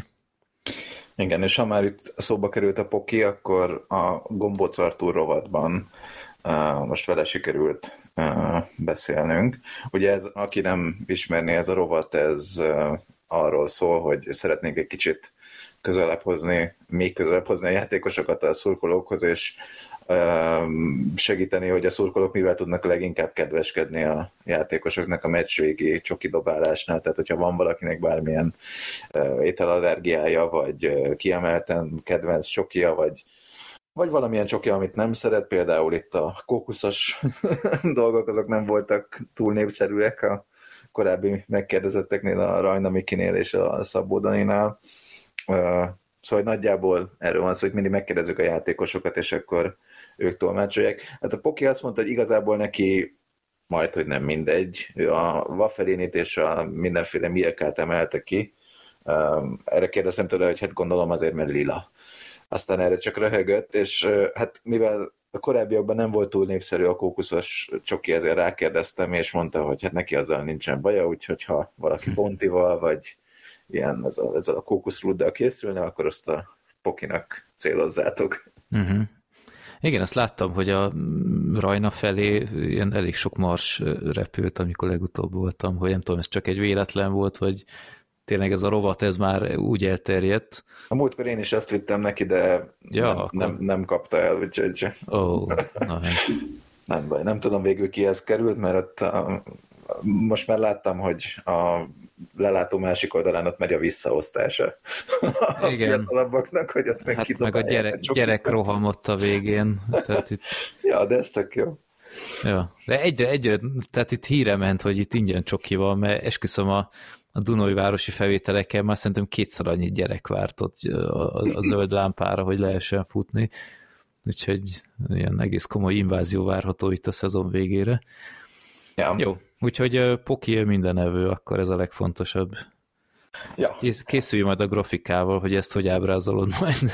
Igen, és ha már itt szóba került a Poki, akkor a Gombóc Artúr rovatban Uh, most vele sikerült uh, beszélnünk. Ugye ez, aki nem ismerné, ez a rovat, ez uh, arról szól, hogy szeretnénk egy kicsit közelebb hozni, még közelebb hozni a játékosokat a szurkolókhoz, és uh, segíteni, hogy a szurkolók mivel tudnak leginkább kedveskedni a játékosoknak a meccsvégi csoki dobálásnál. Tehát, hogyha van valakinek bármilyen uh, ételallergiája, vagy uh, kiemelten kedvenc csokia, vagy vagy valamilyen csoki, amit nem szeret, például itt a kókuszos dolgok, azok nem voltak túl népszerűek a korábbi megkérdezetteknél, a Rajna Mikinél és a Szabó Daninál. Szóval nagyjából erről van szó, hogy mindig megkérdezzük a játékosokat, és akkor ők tolmácsolják. Hát a Poki azt mondta, hogy igazából neki majd, hogy nem mindegy. Ő a Waffelinit és a mindenféle Milkát emelte ki. Erre kérdeztem tőle, hogy hát gondolom azért, mert lila. Aztán erre csak röhögött, és hát mivel a korábbiakban nem volt túl népszerű a kókuszos csoki, ezért rákérdeztem, és mondta, hogy hát neki azzal nincsen baja, úgyhogy ha valaki bontival, vagy ilyen ez a, ez a kókuszrúddal készülne, akkor azt a Pokinak célozzátok. Uh-huh. Igen, azt láttam, hogy a Rajna felé ilyen elég sok mars repült, amikor legutóbb voltam, hogy nem tudom, ez csak egy véletlen volt, vagy tényleg ez a rovat, ez már úgy elterjedt. A múltkor én is ezt vittem neki, de ja, nem, nem, nem kapta el, úgyhogy oh, na, nem baj. Nem tudom végül kihez került, mert ott a, most már láttam, hogy a lelátó másik oldalán ott megy a visszaosztása a igen. fiatalabbaknak, hogy ott meg hát meg a gyerek, gyerek rohamott a végén. Tehát itt... Ja, de ez tök jó. Ja, de egyre, egyre, tehát itt híre ment, hogy itt ingyen csoki van, mert esküszöm a, a Dunai városi felvételeken már szerintem kétszer annyi gyerek várt ott a, a, a zöld lámpára, hogy lehessen futni. Úgyhogy ilyen egész komoly invázió várható itt a szezon végére. Ja. Jó, úgyhogy Poki minden evő, akkor ez a legfontosabb. Ja. Kész, készülj majd a grafikával, hogy ezt hogy ábrázolod majd.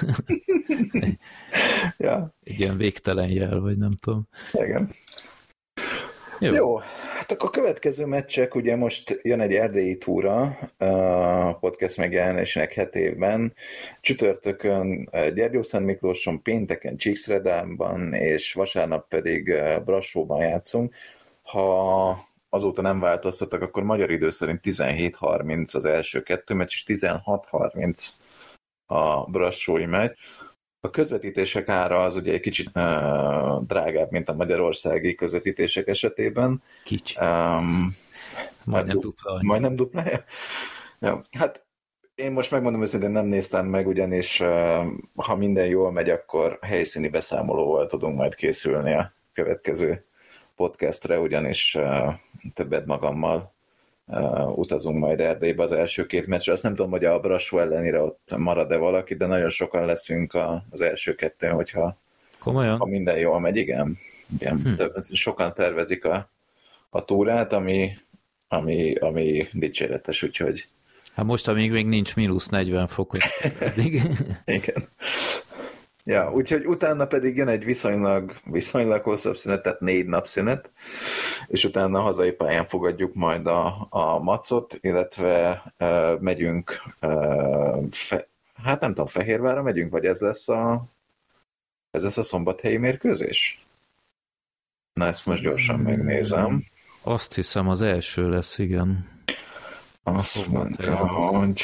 Ja. Egy ilyen végtelen jel, vagy nem tudom. Igen. Jó. Jó, hát akkor a következő meccsek, ugye most jön egy erdélyi túra a podcast megjelenésének hetében. Csütörtökön Gyergyószent Miklóson, pénteken Csíkszredámban, és vasárnap pedig Brassóban játszunk. Ha azóta nem változtattak, akkor magyar idő szerint tizenhét harminc az első kettő meccs, és tizenhat harminc a brassói meccs. A közvetítések ára az ugye egy kicsit uh, drágább, mint a magyarországi közvetítések esetében. Kicsi. Um, majdnem hát, dupla. Majdnem dupla. Ja, hát én most megmondom őszintén, nem néztem meg, ugyanis uh, ha minden jól megy, akkor helyszíni beszámolóval tudunk majd készülni a következő podcastre, ugyanis uh, többet magammal uh, utazunk majd Erdélybe az első két meccsre. Azt nem tudom, hogy a Brassó ellenére ott marad-e valaki, de nagyon sokan leszünk a, az első kettőn, hogyha Komolyan? ha minden jól megy, igen. igen. Hm. Sokan tervezik a, a túrát, ami, ami, ami dicséretes, úgyhogy... Hát most, amíg még nincs mínusz negyven fok, igen. Ja, úgyhogy utána pedig jön egy viszonylag, viszonylag hosszabb szünet, tehát négy nap szünet, és utána a hazai pályán fogadjuk majd a, a Macot, illetve uh, megyünk, uh, fe, hát nem tudom, Fehérvárra megyünk, vagy ez lesz a, ez lesz a szombathelyi mérkőzés? Na, ezt most gyorsan megnézem. Azt hiszem, az első lesz, igen. Azt mondja, hogy...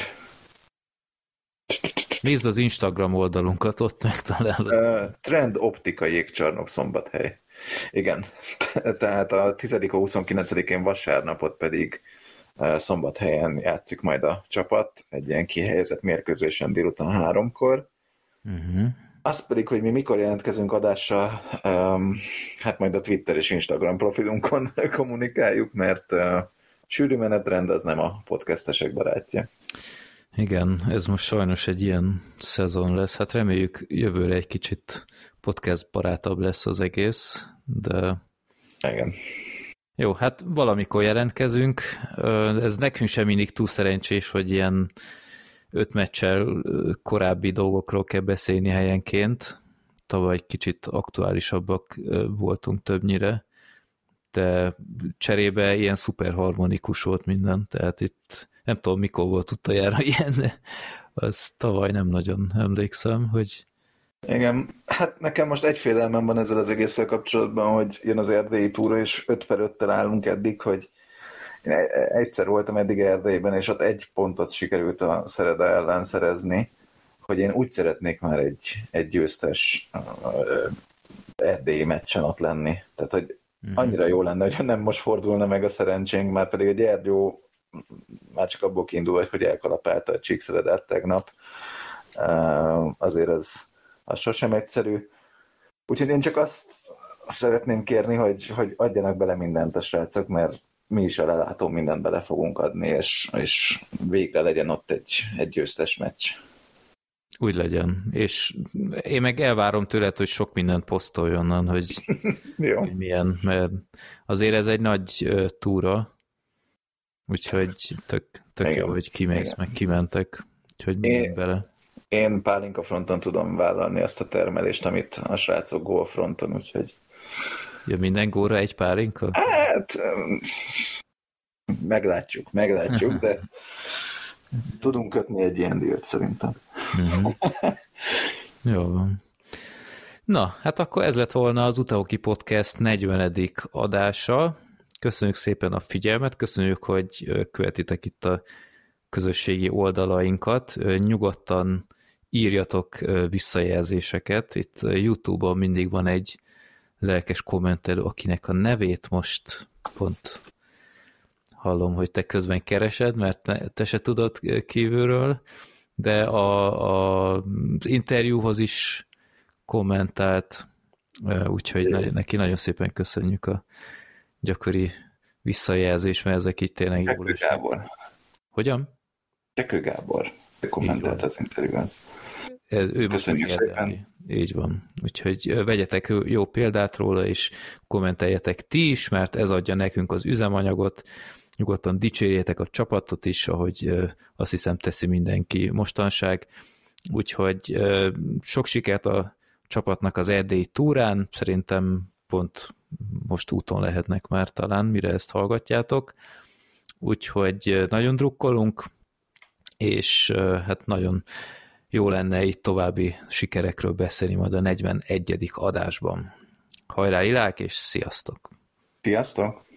Nézd az Instagram oldalunkat, ott megtalálod. Uh, Trend Optika Jégcsarnok Szombathely. Igen, tehát a tizedik huszonkilencedikén vasárnapot pedig uh, Szombathelyen játszik majd a csapat, egy ilyen kihelyezett mérkőzésen délután háromkor. Uh-huh. Azt pedig, hogy mi mikor jelentkezünk adással, um, hát majd a Twitter és Instagram profilunkon kommunikáljuk, mert uh, sűrű menetrend az nem a podcastesek barátja. Igen, ez most sajnos egy ilyen szezon lesz. Hát reméljük jövőre egy kicsit podcast barátabb lesz az egész, de... Igen. Jó, hát valamikor jelentkezünk. Ez nekünk sem mindig túl szerencsés, hogy ilyen öt meccsel korábbi dolgokról kell beszélni helyenként. Tavaly kicsit aktuálisabbak voltunk többnyire, de cserébe ilyen szuper harmonikus volt minden, tehát itt nem tudom, mikor volt utoljára ilyen, de az tavaly nem nagyon emlékszem, hogy... Igen, hát nekem most egy félelmem van ezzel az egésszel kapcsolatban, hogy jön az erdélyi túra, és öt per öttel állunk eddig, hogy én egyszer voltam eddig Erdélyben, és ott egy pontot sikerült a Szereda ellen szerezni, hogy én úgy szeretnék már egy, egy győztes erdélyi meccsen ott lenni. Tehát, hogy annyira jó lenne, hogy nem most fordulna meg a szerencsénk, már pedig a Gyergyó már csak abból kiindul, hogy elkalapálta a Csíkszeredát tegnap. Azért az, az sosem egyszerű. Úgyhogy én csak azt szeretném kérni, hogy, hogy adjanak bele mindent a srácok, mert mi is a lelátó mindent bele fogunk adni, és, és végre legyen ott egy, egy győztes meccs. Úgy legyen. És én meg elvárom tőled, hogy sok mindent posztolj onnan, hogy, hogy milyen, mert azért ez egy nagy uh, túra, úgyhogy tök, tök jó, hogy kimész, meg kimentek, úgyhogy mindent bele. Én pálinka fronton tudom vállalni azt a termelést, amit a srácok gól fronton, úgyhogy... Ja, minden góra egy pálinka? Hát, meglátjuk, meglátjuk, de tudunk kötni egy ilyen díjat szerintem. Mm-hmm. Jó van. Na, hát akkor ez lett volna az Utahoki Podcast negyvenedik adása. Köszönjük szépen a figyelmet, köszönjük, hogy követitek itt a közösségi oldalainkat. Nyugodtan írjatok visszajelzéseket. Itt YouTube-on mindig van egy lelkes kommentelő, akinek a nevét most pont hallom, hogy te közben keresed, mert te se tudod kívülről, de a, a, az interjúhoz is kommentált, úgyhogy é. neki nagyon szépen köszönjük a gyakori visszajelzés, mert ezek itt tényleg jól is. Gábor. Hogyan? Csekő Gábor kommentált az interjúban. Ő Köszönjük szépen. Így van. Úgyhogy vegyetek jó példát róla, és kommenteljetek ti is, mert ez adja nekünk az üzemanyagot. Nyugodtan dicsérjétek a csapatot is, ahogy azt hiszem teszi mindenki mostanság. Úgyhogy sok sikert a csapatnak az erdélyi túrán. Szerintem pont most úton lehetnek már talán, mire ezt hallgatjátok. Úgyhogy nagyon drukkolunk, és hát nagyon jó lenne itt további sikerekről beszélni majd a negyvenegyedik adásban. Hajrá, Ilák, és sziasztok! Sziasztok!